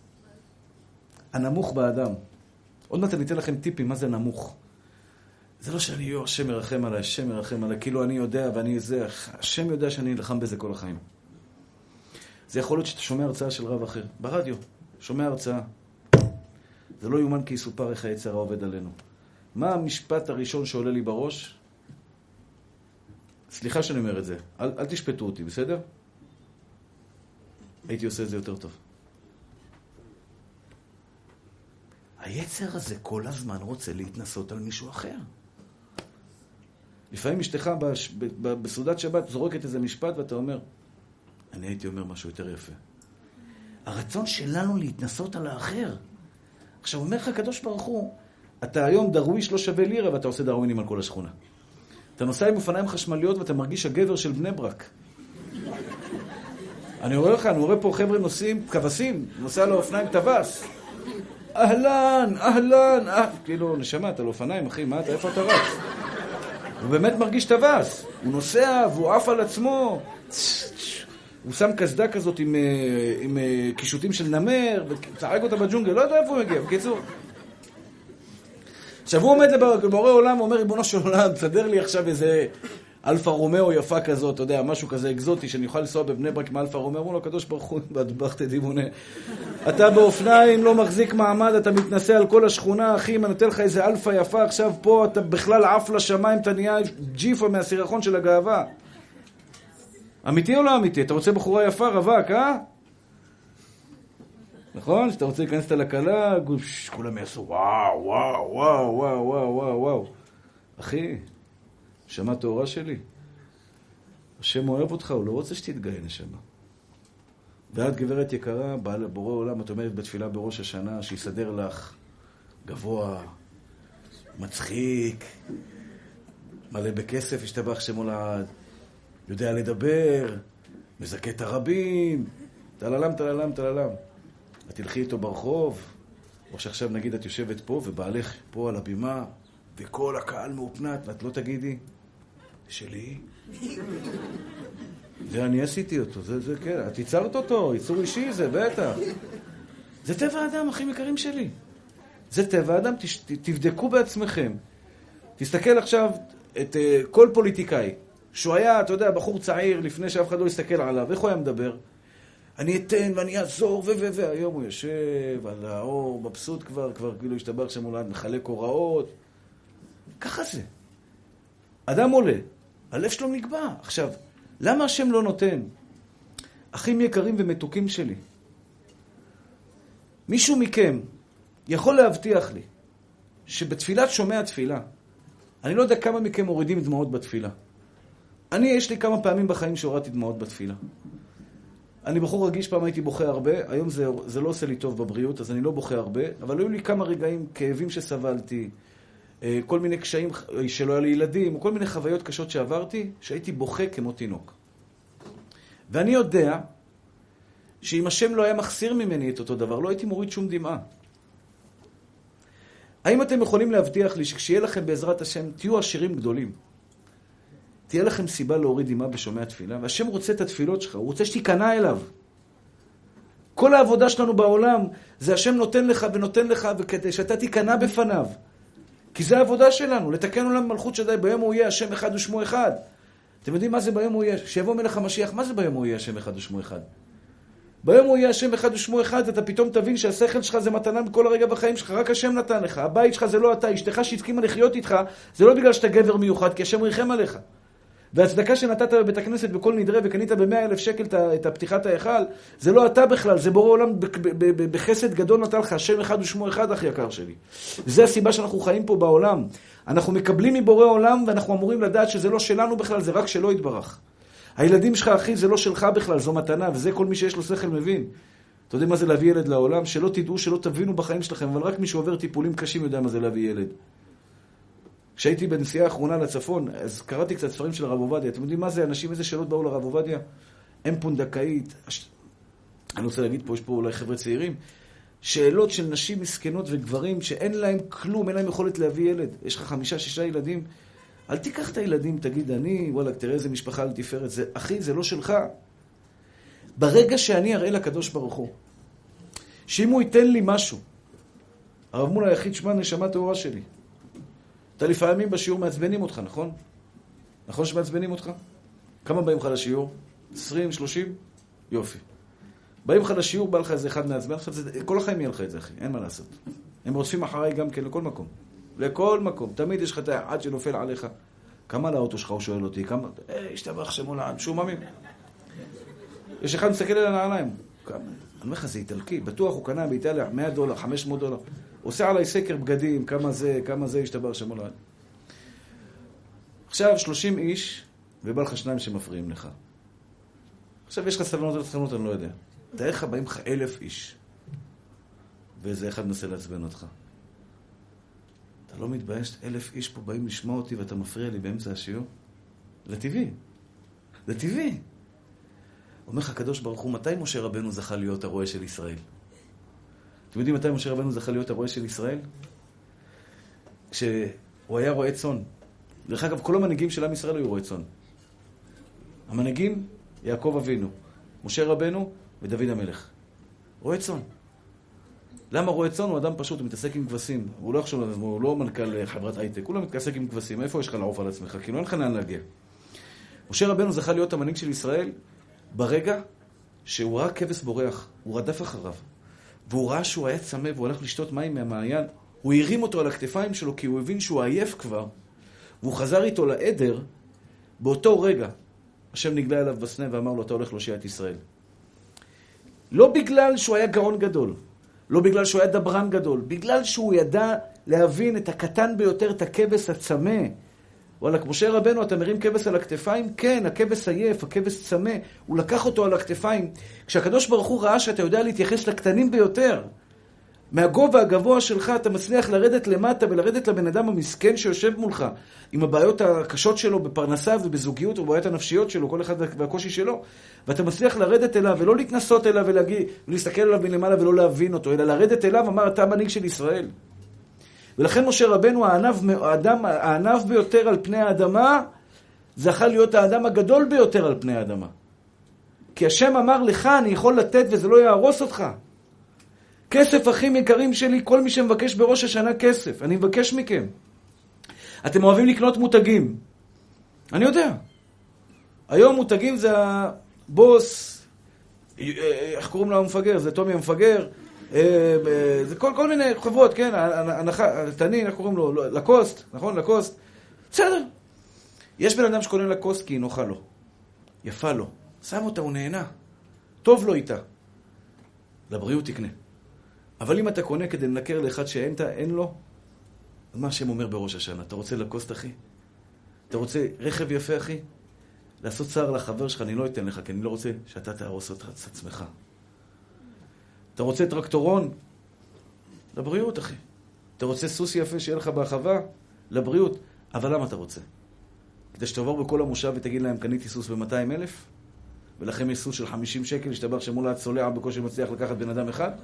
Speaker 1: הנמוך באדם. עוד מעט אני אתן לכם טיפים מה זה נמוך. זה לא שאני יו, השם מרחם עליי, השם מרחם עליי, כאילו אני יודע ואני זה, השם יודע שאני נלחם בזה כל החיים. זה יכול להיות שאתה שומע הרצאה של רב אחר, ברדיו, שומע הרצאה. זה לא יומן כי יסופר איך היצר העובד עלינו. מה המשפט הראשון שעולה לי בראש? סליחה שאני אומר את זה, אל תשפטו אותי, בסדר? הייתי עושה את זה יותר טוב. היצר הזה כל הזמן רוצה להתנסות על מישהו אחר. לפעמים אשתך בסעודת שבת זורקת איזה משפט ואתה אומר, אני הייתי אומר משהו יותר יפה. הרצון שלנו להתנסות על האחר. עכשיו אומר לך הקדוש ברוך הוא, אתה היום דרוויש לא שווה לירה ואתה עושה דרווינים על כל השכונה. אתה נוסע עם אופניים חשמליות ואתה מרגיש הגבר של בני ברק. אני רואה לך, אני רואה פה חבר'ה נוסעים, כבשים, נוסע לאופניים טווס. אהלן, כאילו, נשמע, אתה לא אופניים, אחי, מה אתה, איפה אתה רץ? הוא באמת מרגיש טווס. הוא נוסע והוא עף על עצמו. הוא שם כסדה כזאת עם קישוטים של נמר, וצעק אותה בג'ונגל, לא יודע איפה הוא מגיע, בקיצור. עכשיו הוא עומד לבורא עולם, אומר, ריבונו של עולם, תסדר לי עכשיו איזה אלפה רומאו יפה כזאת, אתה יודע, משהו כזה אקזוטי, שאני אוכל לנסוע בבני ברק עם אלפה רומאו, אמרו לו, הקדוש ברוך הוא, בדבחת דימונה. אתה באופניים, לא מחזיק מעמד, אתה מתנסה על כל השכונה, אחי, אני נותן לך איזה אלפה יפה, עכשיו פה אתה בכלל עף לשמיים, אתה נהיה ג'יפה מהסירחון של הגאווה. אמיתי או לא אמיתי? אתה רוצה בחורה יפה, רווק, אה? נכון? שאתה רוצה להיכנס לכלה, כולם יעשו וואו, וואו, וואו, וואו, וואו, וואו, וואו. אחי, נשמה תאורה שלי. השם אוהב אותך, הוא לא רוצה שתתגאה נשמה. ואת גברת יקרה, באה לבורא עולם, את אומרת בתפילה בראש השנה, שיסדר לך גבוה, מצחיק, מלא בכסף, ישתבח שם הולד, יודע לדבר, מזכה את הרבים, תללם, תללם, תללם. את תלכי איתו ברחוב, או שעכשיו נגיד את יושבת פה ובעלך פה על הבימה, וכל הקהל מאופנת, ואת לא תגידי, שלי? זה אני עשיתי אותו, זה כן, את ייצרת אותו, ייצור אישי זה, בטח. זה טבע האדם, אחים יקרים שלי. זה טבע האדם, תבדקו בעצמכם. תסתכל עכשיו את כל פוליטיקאי, שהוא היה, אתה יודע, בחור צעיר לפני שאף אחד לא יסתכל עליו, איך הוא היה מדבר? אני אתן ואני אעזור, והיום הוא יושב על האור, מבסוט כבר כאילו השתבח שם אולי, מחלק הוראות. ככה זה. אדם עולה, הלב שלו נקבע. עכשיו, למה השם לא נותן? אחים יקרים ומתוקים שלי, מישהו מכם יכול להבטיח לי שבתפילת שומע תפילה, אני לא יודע כמה מכם מורידים דמעות בתפילה. יש לי כמה פעמים בחיים שהורדתי דמעות בתפילה. אני בחור רגיש, פעם הייתי בוכה הרבה, היום זה לא עושה לי טוב בבריאות, אז אני לא בוכה הרבה, אבל היו לי כמה רגעים, כאבים שסבלתי, כל מיני קשיים שלא היה לי ילדים, או כל מיני חוויות קשות שעברתי, שהייתי בוכה כמו תינוק. ואני יודע שאם השם לא היה מחסיר ממני את אותו דבר, לא הייתי מוריד שום דמעה. האם אתם יכולים להבטיח לי שכשיהיה לכם בעזרת השם, תהיו עשירים גדולים? תהיה לכם סיבה להוריד דמעה בשומע תפילה, והשם רוצה את התפילות שלך, הוא רוצה שתיכנע אליו. כל העבודה שלנו בעולם, זה השם נותן לך ונותן לך, וכדי שאתה תיכנע בפניו. כי זה העבודה שלנו, לתקן עולם מלכות שדי, ביום הוא יהיה השם אחד ושמו אחד. אתם יודעים מה זה ביום הוא יהיה? שיבוא מלך המשיח, מה זה ביום הוא יהיה השם אחד ושמו אחד? ביום הוא יהיה השם אחד ושמו אחד, אתה פתאום תבין שהשכל שלך זה מתנה בכל הרגע בחיים שלך, רק השם נתן לך. הבית שלך זה לא אתה, אשתך שהסכימה לחיות איתך, זה לא בגלל שאתה גבר מיוחד, כי השם ריחם עליך. והצדקה שנתת בבית הכנסת בכל נדרה וקנית ב100,000 שקל את הפתיחת ההיכל, זה לא אתה בכלל, זה בורא עולם בחסד גדול נתן לך, השם אחד ושמו אחד, אח יקר שלי. זה הסיבה שאנחנו חיים פה בעולם. אנחנו מקבלים מבורא עולם ואנחנו אמורים לדעת שזה לא שלנו בכלל, זה רק שלא יתברך. הילדים שלך, אחי, זה לא שלך בכלל, זו מתנה, וזה כל מי שיש לו שכל מבין. אתה יודע מה זה להביא ילד לעולם? שלא תדעו, שלא תבינו בחיים שלכם, אבל רק מי שעובר טיפולים קשים יודע מה זה להביא ילד. כשהייתי בנסיעה האחרונה לצפון, אז קראתי קצת ספרים של הרב עובדיה. אתם יודעים מה זה? אנשים, איזה שאלות באו לרב עובדיה? אם פונדקאית. אני רוצה להגיד פה, יש פה אולי חבר'ה צעירים. שאלות של נשים מסכנות וגברים שאין להם כלום, אין להם יכולת להביא ילד. יש לך 5-6 ילדים. אל תיקח את הילדים, תגיד, וואלה, תראה איזה משפחה על תפארת. זה, אחי, זה לא שלך. ברגע שאני אראה לקדוש ברוך הוא, שאם הוא ייתן לי משהו, הרב מול היחיד שמע נשמה טהורה שלי. אתה לפעמים בשיעור מעצבנים אותך, נכון? נכון שמעצבנים אותך? כמה באים לך לשיעור? 20, 30? יופי. באים לך לשיעור, בא לך איזה אחד מעצבן, כל החיים יהיה לך את זה, אחי, אין מה לעשות. הם רודפים אחריי גם כן לכל מקום. לכל מקום. תמיד יש לך את האחד שנופל עליך. כמה לאוטו שלך הוא שואל אותי? כמה? השתבח שמו לעם, שוממים. יש אחד מסתכל על הנעליים. אני אומר לך, זה איטלקי. בטוח הוא קנה באיטליה $100, $500. עושה עליי סקר בגדים, כמה זה השתבח שמו לעם. עכשיו 30 איש, ובא לך 2 שמפריעים לך. עכשיו יש לך סבלנות, אני לא יודע. תאר לך, באים לך 1,000 איש. ואיזה אחד מנסה לעצבן אותך. אתה לא מתבייש, 1,000 איש פה באים לשמוע אותי ואתה מפריע לי באמצע השיעור? זה טבעי. זה טבעי. אומר לך הקדוש ברוך הוא, מתי משה רבנו זכה להיות הרועה של ישראל? אתם יודעים מתי משה רבנו זכה להיות הרועה של ישראל? כשהוא היה רועה צאן. דרך אגב, כל המנהיגים של עם ישראל היו רועה צאן. המנהיגים, יעקב אבינו, משה רבנו ודוד המלך. רועה צאן. למה רועה צאן? הוא אדם פשוט, הוא מתעסק עם כבשים. הוא לא חשוב, הוא לא מנכ"ל חברת הייטק, הוא לא מתעסק עם כבשים. איפה יש לך לעוף על עצמך? כי לא אין לך לאן להגיע. משה רבנו זכה להיות המנהיג של ישראל ברגע שהוא ראה כבש בורח, הוא רדף אחריו. והוא ראה שהוא היה צמא והוא הלך לשתות מים מהמעיין. הוא הרים אותו על הכתפיים שלו כי הוא הבין שהוא עייף כבר. והוא חזר איתו לעדר. באותו רגע השם נגלה אליו בסנה ואמר לו, אתה הולך להושיע את ישראל. לא בגלל שהוא היה גאון גדול. לא בגלל שהוא היה דברן גדול, בגלל שהוא ידע להבין את הקטן ביותר, את הכבש הצמא. וואלה, משה רבנו, אתה מרים כבש על הכתפיים? כן, הכבש עייף, הכבש צמא. הוא לקח אותו על הכתפיים. כשהקדוש ברוך הוא ראה שאתה יודע להתייחס לקטנים ביותר, מהגובה הגבוה שלך אתה מצליח לרדת למטה ולרדת לבן אדם המסכן שיושב מולך, עם הבעיות הקשות שלו בפרנסה ובזוגיות ובבעיות הנפשיות שלו, כל אחד והקושי שלו, ואתה מצליח לרדת אליו ולא להתנסות אליו ולהסתכל עליו מלמעלה ולא להבין אותו, אלא לרדת אליו, אמר, אתה המנהיג של ישראל. ולכן משה רבנו, האדם הענב ביותר על פני האדמה, זכה להיות האדם הגדול ביותר על פני האדמה. כי השם אמר לך, אני יכול לתת וזה לא יהרוס אותך. כסף, אחים יקרים שלי, כל מי שמבקש בראש השנה כסף, אני מבקש מכם. אתם אוהבים לקנות מותגים. אני יודע. היום מותגים זה הבוס, איך קוראים לה המפגר? זה טומי המפגר. זה כל מיני חברות, כן? תנין, איך קוראים לו? לקוסט, נכון? לקוסט. בסדר. יש בן אדם שקונה לקוסט כי היא נוחה לו. יפה לו. שם אותה, הוא נהנה. טוב לו איתה. לבריאות תקנה. אבל אם אתה קונה כדי לנקר לאחד שאין לו, מה השם אומר בראש השנה? אתה רוצה לקוסט, אחי? אתה רוצה רכב יפה, אחי? לעשות צער לחבר שלך, אני לא אתן לך, כי אני לא רוצה שאתה תהרוס אותך את עצמך. אתה רוצה טרקטורון? לבריאות, אחי. אתה רוצה סוס יפה שיהיה לך בהחווה? לבריאות. אבל למה אתה רוצה? כדי שתעבור בכל המושב ותגיד להם, קניתי סוס ב-200,000, ולכם יש סוס של 50 שקל, השתבח שמולה הצולע בקושי מצליח לקחת בן אדם אחד?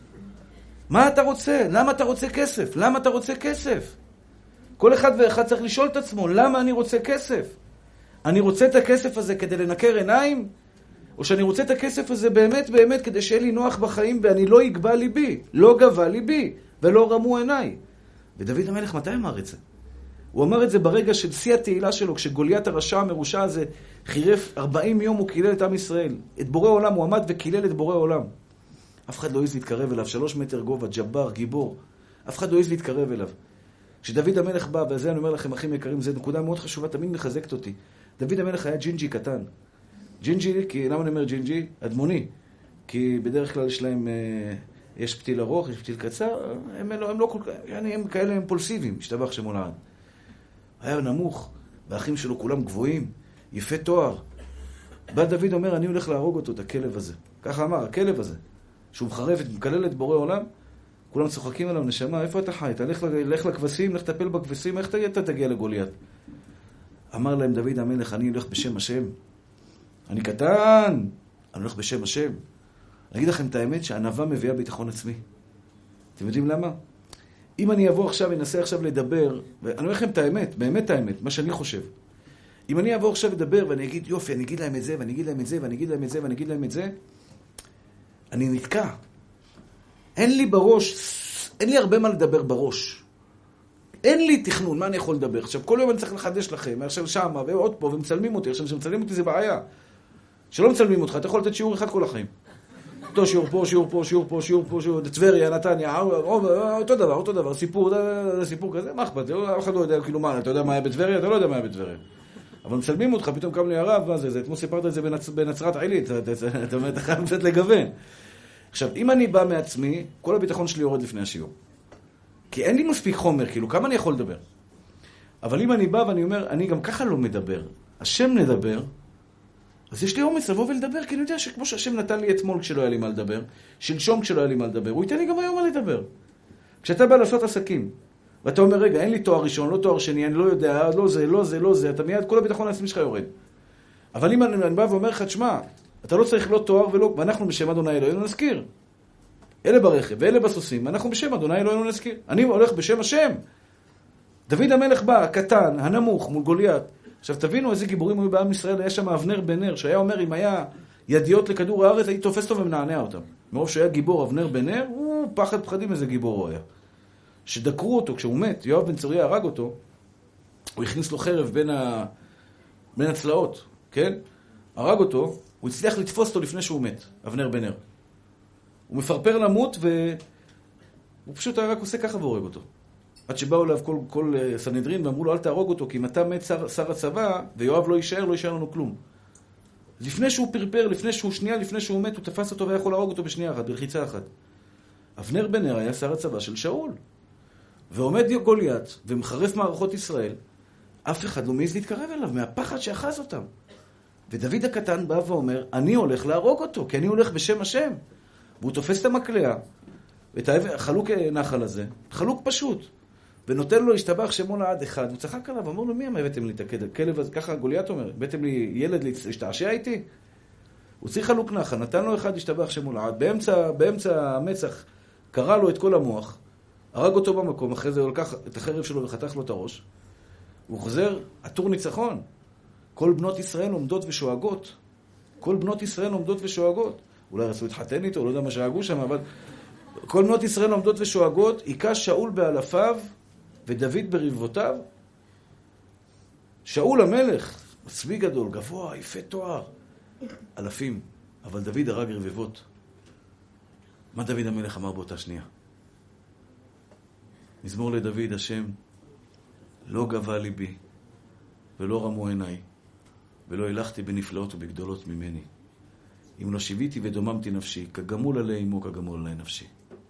Speaker 1: מה אתה רוצה? למה אתה רוצה כסף? למה אתה רוצה כסף? כל אחד ואחד צריך לשאול את עצמו, למה אני רוצה כסף? אני רוצה את הכסף הזה כדי לנקר עיניים? או שאני רוצה את הכסף הזה באמת באמת כדי שיהיה לי נוח בחיים ואני לא יגבה ליבי, לא גבה ליבי ולא רמו עיניי? ודוד המלך מתי אמר את זה? הוא אמר את זה ברגע של שיא התהילה שלו, כשגוליית הרשע המרושע הזה חירף 40 יום הוא קילל את עם ישראל. את בורא עולם, הוא עמד וקילל את בורא עולם. אף אחד לא העז להתקרב אליו, 3 מטר גובה, ג'בר, גיבור. אף אחד לא העז להתקרב אליו. כשדוד המלך בא, וזה אני אומר לכם, אחים יקרים, זו נקודה מאוד חשובה, תמיד מחזקת אותי. דוד המלך היה ג'ינג'י קטן. ג'ינג'י, כי למה אני אומר ג'ינג'י? אדמוני. כי בדרך כלל יש להם, יש פתיל ארוך, יש פתיל קצר, הם לא כל כך, הם כאלה, הם פולסיביים, השתבח שמו לעד. היה נמוך, והאחים שלו כולם גבוהים, יפה תואר. בא דוד אומר, אני הולך להרוג אותו, את הכלב הזה. ככה אמר, הכלב הזה. שהוא מחרב, מקלל את בורא עולם, כולם צוחקים עליו, נשמה, איפה אתה חי? אתה לך לכבשים, לך תטפל בכבשים, איך אתה תגיע לגוליית? אמר להם דוד המלך, אני הולך בשם השם. אני קטן, אני הולך בשם השם. אני אגיד לכם את האמת שהענווה מביאה ביטחון עצמי. אתם יודעים למה? אם אני אבוא עכשיו ואנסה עכשיו לדבר, ואני אומר לכם את האמת, באמת האמת, מה שאני חושב. אם אני אבוא עכשיו לדבר ואני אגיד, יופי, אני אגיד להם את זה, ואני אגיד להם את זה, ואני אגיד להם את זה, ואני אגיד להם את זה, אני נתקע. אין לי בראש, אין לי הרבה מה לדבר בראש. אין לי תכנון, מה אני יכול לדבר? עכשיו, כל יום אני צריך לחדש לכם, עכשיו שמה, ועוד פה, ומצלמים אותי. עכשיו, שמצלמים אותי זה בעיה. שלא מצלמים אותך, אתה יכול לתת שיעור אחד כל החיים. אותו שיעור פה, שיעור פה, שיעור פה, שיעור פה, שיעור טבריה, נתניה, אותו דבר, סיפור כזה, מה אכפת? אף אחד לא יודע, כאילו מה, אתה יודע מה היה בטבריה? אתה לא יודע מה היה בטבריה. אבל מצלמים אותך, פתאום קם לי הרב, מה זה? אתמול סיפרת את זה בנצרת עילית, אתה אומר, אתה חייב קצת לגוון. עכשיו, אם אני בא מעצמי, כל הביטחון שלי יורד לפני השיעור. כי אין לי מספיק חומר, כאילו, כמה אני יכול לדבר? אבל אם אני בא ואני אומר, אני גם ככה לא מדבר, השם נדבר, אז יש לי אומץ לבוא ולדבר, כי אני יודע שכמו שהשם נתן לי אתמול כשלא היה לי מה לדבר, שלשום כשלא היה לי מה לדבר, הוא ייתן לי גם היום מה לדבר. כשאתה בא לעשות עסקים, ואתה אומר, רגע, אין לי תואר ראשון, לא תואר שני, אני לא יודע, לא זה, אתה מיד, כל הביטחון העצמי שלך יורד. אבל אם אני בא ואומר לך, תשמע, אתה לא צריך לא תואר ואנחנו בשם אדוני אלוהינו נזכיר. אלה ברכב ואלה בסוסים, אנחנו בשם אדוני אלוהינו נזכיר. אני הולך בשם השם. דוד המלך בא, הקטן, הנמוך, מול גוליית. עכשיו תבינו איזה גיבורים היו בעם ישראל, היה שם אבנר בן נר, שהיה אומר אם היה ידיעות לכדור הארץ, הייתי תופס אותו ומנענע אותם. מרוב שהיה גיבור אבנר בן נר, הוא פחד פחדים איזה גיבור הוא היה. שדקרו אותו כשהוא מת, יואב בן צרויה הרג אותו, הוא הכניס לו חרב בין הצלעות, כן? הרג אותו, הוא הצליח לתפוס אותו לפני שהוא מת, אבנר בן נר. הוא מפרפר למות והוא פשוט היה רק עושה ככה והורג אותו. עד שבאו אליו כל סנהדרין ואמרו לו אל תהרוג אותו, כי אם אתה מת שר הצבא ויואב לא יישאר לנו כלום. לפני שהוא פרפר, לפני שהוא מת, הוא תפס אותו והיה יכול להרוג אותו בשנייה אחת, בלחיצה אחת. אבנר בן נר היה שר הצבא של שאול. ועומד גוליית ומחרף מערכות ישראל, אף אחד לא מעז להתקרב אליו מהפחד שאחז אותם. ודוד הקטן בא ואומר, אני הולך להרוג אותו, כי אני הולך בשם השם. והוא תופס את המקלע, ואת החלוק נחל הזה, חלוק פשוט, ונותן לו להשתבח שמו לעד אחד, הוא צחק עליו, אמר לו, מי הבאתם לי את הכלב הזה? ככה גוליית אומר, הבאתם לי ילד להשתעשע איתי? הוא צריך חלוק נחל, נתן לו אחד להשתבח שמו לעד, באמצע המצח, קרא לו את כל המוח, הרג אותו במקום, אחרי זה הוא לקח את החרב שלו וחתך לו את הראש, הוא חוזר, עטור ניצחון. כל בנות ישראל עומדות ושואגות. כל בנות ישראל עומדות ושואגות. אולי רצו להתחתן איתו, לא יודע מה שאגו שם, אבל כל בנות ישראל עומדות ושואגות, עיקה שאול באלפיו ודוד ברבבותיו. שאול המלך, צבי גדול, גבוה, יפה תואר. אלפים, אבל דוד הרג רבבות. מה דוד המלך אמר באותה שנייה? מזמור לדוד, השם, לא גבה ליבי, ולא רמו עיניי, ולא הלכתי בנפלאות ובגדולות ממני. אם לא שיביתי ודוממתי נפשי, כגמול עלי עמו, כגמול עלי נפשי.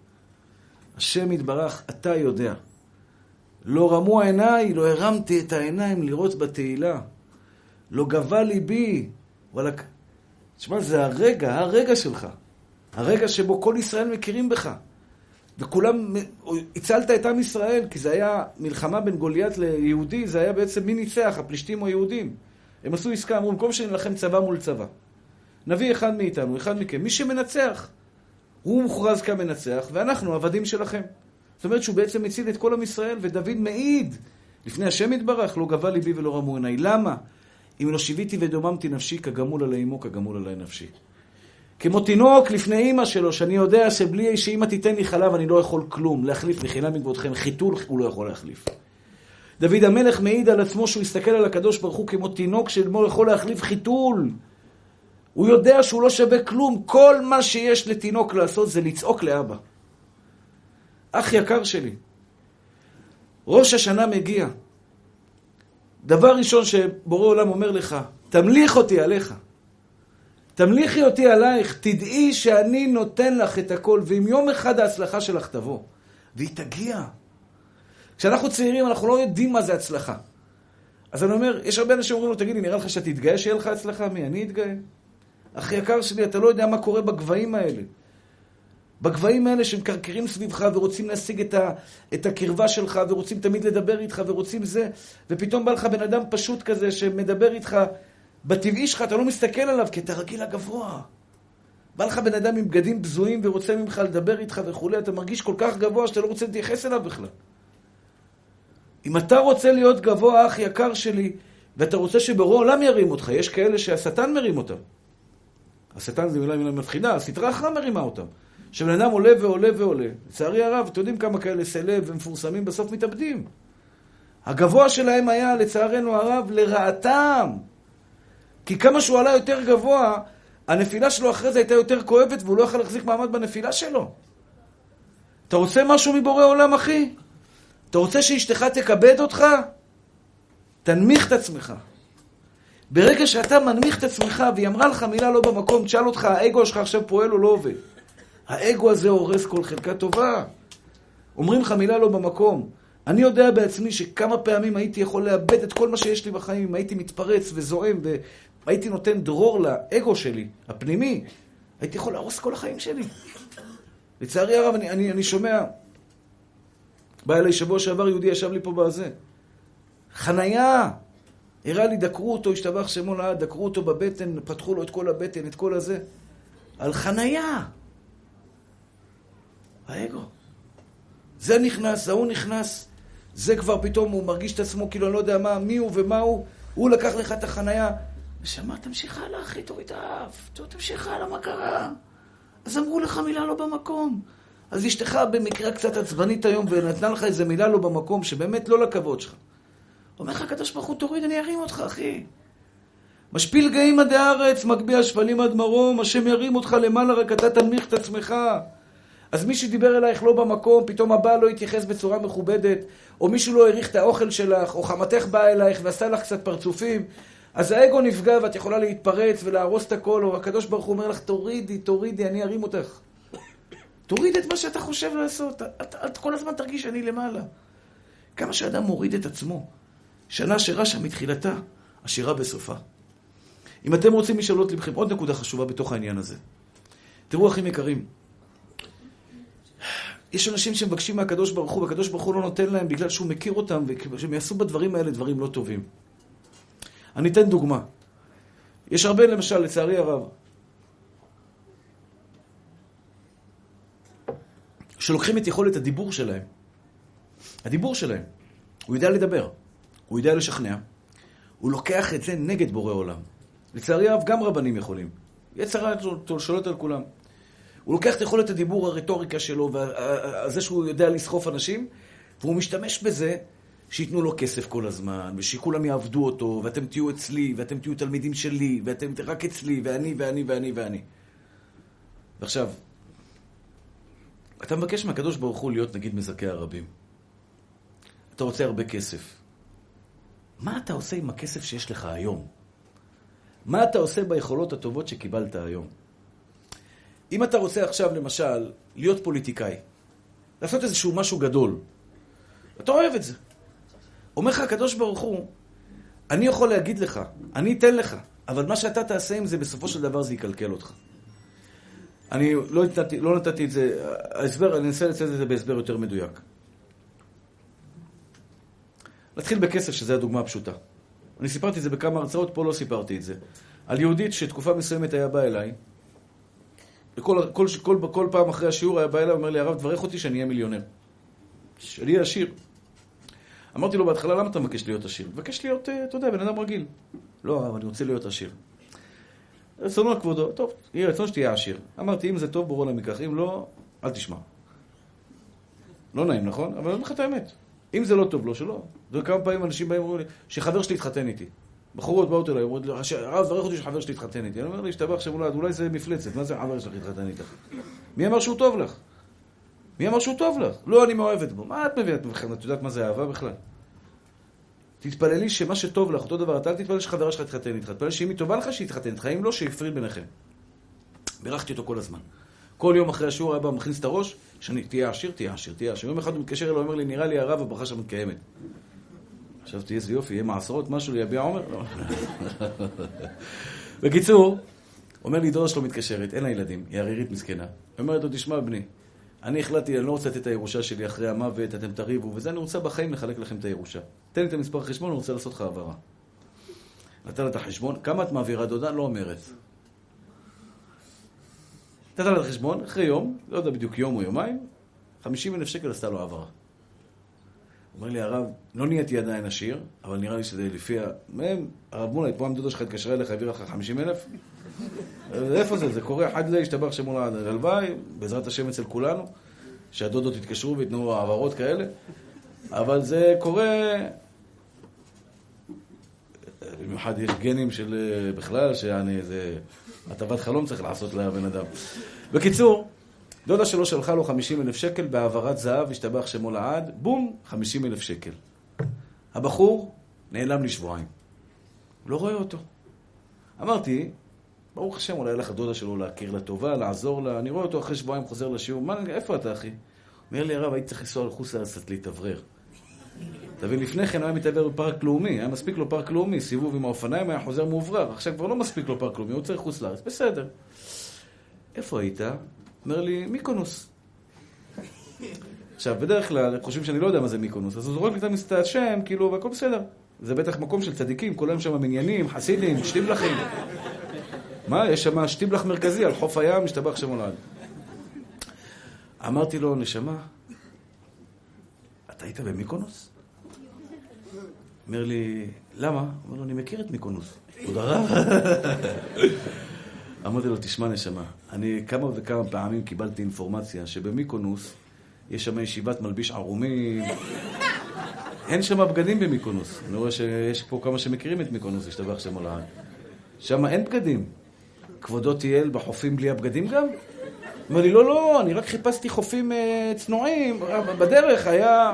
Speaker 1: השם יתברך, אתה יודע. לא רמו עיניי, לא הרמתי את העיניים לראות בתהילה. לא גבה ליבי. וואלה, תשמע, זה הרגע שלך. הרגע שבו כל ישראל מכירים בך. וכולם, הצלת את עם ישראל, כי זה היה מלחמה בין גוליית ליהודי, זה היה בעצם מי ניצח, הפלישתים או יהודים. הם עשו עסקה, אמרו, במקום שנלחם צבא מול צבא. נביא אחד מאיתנו, אחד מכם. מי שמנצח, הוא מוכרז כמנצח, ואנחנו עבדים שלכם. זאת אומרת שהוא בעצם הציל את כל עם ישראל, ודוד מעיד. לפני השם יתברך, לא גבה ליבי ולא רמו עיניי. למה? אם לא שיביתי ודוממתי נפשי, כגמול עלי עמו, כגמול עלי נפשי. כמו תינוק לפני אמא שלו, שאני יודע שבלי שאמא תיתן לי חלב, אני לא יכול כלום. להחליף מחילה מכבודכם, חיתול הוא לא יכול להחליף. דוד המלך מעיד על עצמו שהוא הסתכל על הקדוש ברוך הוא כמו תינוק שלא יכול להחליף חיתול. הוא יודע שהוא לא שווה כלום. כל מה שיש לתינוק לעשות זה לצעוק לאבא. אח יקר שלי, ראש השנה מגיע. דבר ראשון שבורא עולם אומר לך, תמליך אותי עליך. תמליכי אותי עלייך, תדעי שאני נותן לך את הכל, ואם יום אחד ההצלחה שלך תבוא, והיא תגיע. כשאנחנו צעירים אנחנו לא יודעים מה זה הצלחה. אז אני אומר, יש הרבה אנשים אומרים לו, תגיד לי, נראה לך שאתה תתגאה שיהיה לך הצלחה? מי? אני אתגאה. אחי יקר שלי, אתה לא יודע מה קורה בגבהים האלה. בגבהים האלה שמקרקרים סביבך ורוצים להשיג את הקרבה שלך, ורוצים תמיד לדבר איתך ורוצים זה, ופתאום בא לך בן אדם פשוט כזה שמדבר איתך, בטבעי שלך אתה לא מסתכל עליו כי אתה רגיל הגבוה. בא לך בן אדם עם בגדים בזויים ורוצה ממך לדבר איתך וכו', אתה מרגיש כל כך גבוה שאתה לא רוצה להתייחס אליו בכלל. אם אתה רוצה להיות גבוה, אח יקר שלי, ואתה רוצה שבורא עולם ירים אותך, יש כאלה שהשטן מרים אותם. השטן זה מילה מפחידה, הסטרה אחרה מרימה אותם. שבן אדם עולה ועולה ועולה. לצערי הרב, אתם יודעים כמה כאלה סלב ומפורסמים בסוף מתאבדים. הגבוה שלהם היה, לצערנו הרב, לרעתם. כי כמה שהוא עלה יותר גבוה, הנפילה שלו אחרי זה הייתה יותר כואבת, והוא לא יכול להחזיק מעמד בנפילה שלו. אתה רוצה משהו מבורא עולם, אחי? אתה רוצה שאשתך תכבד אותך? תנמיך את עצמך. ברגע שאתה מנמיך את עצמך, והיא אמרה לך מילה לא במקום, תשאל אותך, האגו שלך עכשיו פועל או לא עובד. האגו הזה הורס כל חלקה טובה. אומרים לך מילה לא במקום. אני יודע בעצמי שכמה פעמים הייתי יכול לאבד את כל מה שיש לי בחיים, הייתי מתפרץ וזועם, והייתי נותן דרור לאגו שלי, הפנימי. הייתי יכול להרוס כל החיים שלי. לצערי הרב, אני שומע, בא אליי שבוע שעבר יהודי ישב לי פה בזה. חנייה! הראה לי, דקרו אותו, השתבח שמו לעד, דקרו אותו בבטן, פתחו לו את כל הבטן, את כל הזה. על חנייה! האגו. זה נכנס, ההוא נכנס, זה כבר פתאום הוא מרגיש את עצמו, כאילו אני לא יודע מי הוא ומה הוא לקח לך את החנייה. ושמע, תמשיך הלאה, אחי, תוריד האף, תמשיך הלאה, מה קרה? אז אמרו לך מילה לא במקום. אז אשתך במקרה קצת עצבנית היום, ונתנה לך איזה מילה לא במקום, שבאמת לא לכבוד שלך. אומר לך, קדוש ברוך הוא, תוריד, אני ארים אותך, אחי. משפיל גאים עד הארץ, מגביה שפלים עד מרום, השם ירים אותך למעלה, רק אתה תנמיך את עצמך. אז מי שדיבר אלייך לא במקום, פתאום הבא לא יתייחס בצורה מכובדת, או מישהו לא העריך את האוכל שלך, או חמתך באה אלייך ועשה לך קצת פרצופים, אז האגו נפגע ואת יכולה להתפרץ ולהרוס את הכל, או הקדוש ברוך הוא אומר לך, תורידי, אני ארים אותך. תוריד את מה שאתה חושב לעשות, את כל הזמן תרגיש שאני למעלה. כמה שאדם מוריד את עצמו, שנה שירה שם מתחילתה, השירה בסופה. אם אתם רוצים לשאלות לבכם, עוד נקודה חשובה בתוך העניין הזה. תראו אחים יקרים, יש אנשים שמבקשים מהקדוש ברוך הוא, והקדוש ברוך הוא לא נותן להם בגלל שהוא מכיר אותם, ושהם יעשו בדברים האלה דברים לא טובים. אני אתן דוגמה. יש הרבה, למשל, לצערי הרב, שלוקחים את יכולת הדיבור שלהם. הדיבור שלהם. הוא יודע לדבר. הוא יודע לשכנע. הוא לוקח את זה נגד בורא עולם. לצערי הרב, גם רבנים יכולים. יצרה שולט על כולם. הוא לוקח את יכולת הדיבור, הרטוריקה שלו, וזה שהוא יודע לסחוף אנשים, והוא משתמש בזה שיתנו לו כסף כל הזמן, ושכולם יעבדו אותו, ואתם תהיו אצלי, ואתם תהיו תלמידים שלי, ואתם רק אצלי, ואני. עכשיו, אתה מבקש מהקדוש ברוך הוא להיות נגיד מזכה הרבים. אתה רוצה הרבה כסף. מה אתה עושה עם הכסף שיש לך היום? מה אתה עושה ביכולות הטובות שקיבלת היום? אם אתה רוצה עכשיו למשל להיות פוליטיקאי, לעשות איזשהו משהו גדול, אתה אוהב את זה. אומר לך הקדוש ברוך הוא, אני יכול להגיד לך, אני אתן לך, אבל מה שאתה תעשה עם זה בסופו של דבר זה יקלקל אותך. אני לא נתתי את זה, ההסבר, אני אנסה לצאת את זה בהסבר יותר מדויק. נתחיל בכסף, שזה הדוגמה הפשוטה. אני סיפרתי את זה בכמה הרצאות, פה לא סיפרתי את זה. על יהודית שתקופה מסוימת היה בא אליי, כל פעם אחרי השיעור היה בא אליי, אומר לי, הרב, תברך אותי שאני אהיה מיליונר. שאני אהיה עשיר. אמרתי לו בהתחלה, למה אתה מבקש להיות עשיר? מבקש להיות, אתה יודע, בן אדם רגיל. לא, אבל אני רוצה להיות עשיר. רצונו לכבודו, טוב, יהיה רצון שתהיה עשיר. אמרתי, אם זה טוב, בורא להם מכך, אם לא, אל תשמע. לא נעים, נכון? אבל אני אומר לך את האמת. אם זה לא טוב, לא שלא. וכמה פעמים אנשים באים ואומרים לי, שחבר שלי התחתן איתי. בחורות באו אליי, אומרות לי, הרב, תברך אותי שחבר שלי התחתן איתי. אני אומר לי, שתברך שמולד, אולי זה מפלצת, מה זה חבר שלך התחתן איתך? מי אמר שהוא טוב לך? מי אמר שהוא טוב לך? לא, אני מאוהבת בו. מה את מביאת בכלל? את יודעת מה זה אהבה בכלל? תתפללי שמה שטוב לך, אותו דבר, אתה אל תתפלל שחברה שלך תתחתן איתך. תתפלל שאם היא טובה לך, שהיא תתחתן איתך. אם לא, שיפריד ביניכם. בירכתי אותו כל הזמן. כל יום אחרי השיעור הבא מכניס את הראש, תהיה עשיר, תהיה עשיר, תהיה עשיר. יום אחד הוא מתקשר אליו, אומר לי, נראה לי הרב, הברכה שם מתקיימת. עכשיו תהיה איזה יופי, יהיה מעשרות, משהו, יביע עומר? לא. בקיצור, אומר לי, דודה שלו מתקשרת, אין לה ילדים, היא ערירית מסכנה. היא אומרת לו, תשמע בני, אני החלטתי, אני לא רוצה לתת את הירושה שלי אחרי המוות, אתם תריבו, וזה אני רוצה בחיים לחלק לכם את הירושה. תן לי את המספר חשבון, אני רוצה לעשות לך העברה. נתן לה את החשבון, כמה את מעבירה דודה? לא אומרת. נתן לה את החשבון, אחרי יום, לא יודע בדיוק יום או יומיים, 50,000 שקל עשתה לו העברה. אומר לי, הרב, לא נהייתי עדיין עשיר, אבל נראה לי שזה לפי הרב מולי, פה המדודה שלך התקשרה אליך, העבירה לך 50,000? איפה זה? זה קורה, אחד זה ישתבח שמול הלוואי, בעזרת השם אצל כולנו, שהדודות יתקשרו ויתנו העברות כאלה, אבל זה קורה, במיוחד יש גנים של בכלל, שאני איזה הטבת חלום צריך לעשות לבן אדם. בקיצור, דודה שלו שלחה לו 50,000 שקל בהעברת זהב, השתבח שמו לעד, בום, 50,000 שקל. הבחור נעלם לי שבועיים. לא רואה אותו. אמרתי, ברוך השם, אולי לך דודה שלו להכיר לה טובה, לעזור לה. אני רואה אותו אחרי שבועיים חוזר לשיעור. איפה אתה, אחי? אומר לי, הרב, הייתי צריך לנסוע לחוץ לארץ להתאוורר. תבין, לפני כן הוא היה מתעבר בפארק לאומי. היה מספיק לו פארק לאומי, סיבוב עם האופניים, היה חוזר מאוברר. עכשיו כבר לא מספיק לו פארק לאומי, הוא צריך חוץ לארץ. בסדר. איפה היית? אומר לי, מיקונוס. עכשיו, בדרך כלל, חושבים שאני לא יודע מה זה מיקונוס, אז הוא זורק לי את השם, כאילו, והכל בסדר. זה בטח מקום של צדיקים, כולם שם מניינים, חסידים, שטיבלחים. מה? יש שם שטיבלח מרכזי על חוף הים, משתבח שם הולד. אמרתי לו, נשמה, אתה היית במיקונוס? אומר לי, למה? אומר לו, אני מכיר את מיקונוס. תודה רב. אמרתי לו, תשמע נשמה, אני כמה וכמה פעמים קיבלתי אינפורמציה שבמיקונוס יש שם ישיבת מלביש ערומים. אין שם בגדים במיקונוס. אני רואה שיש פה כמה שמכירים את מיקונוס, השתבח שם הולד. שם אין בגדים. כבודו תייל בחופים בלי הבגדים גם? אומר לי, לא, אני רק חיפשתי חופים צנועים, בדרך היה...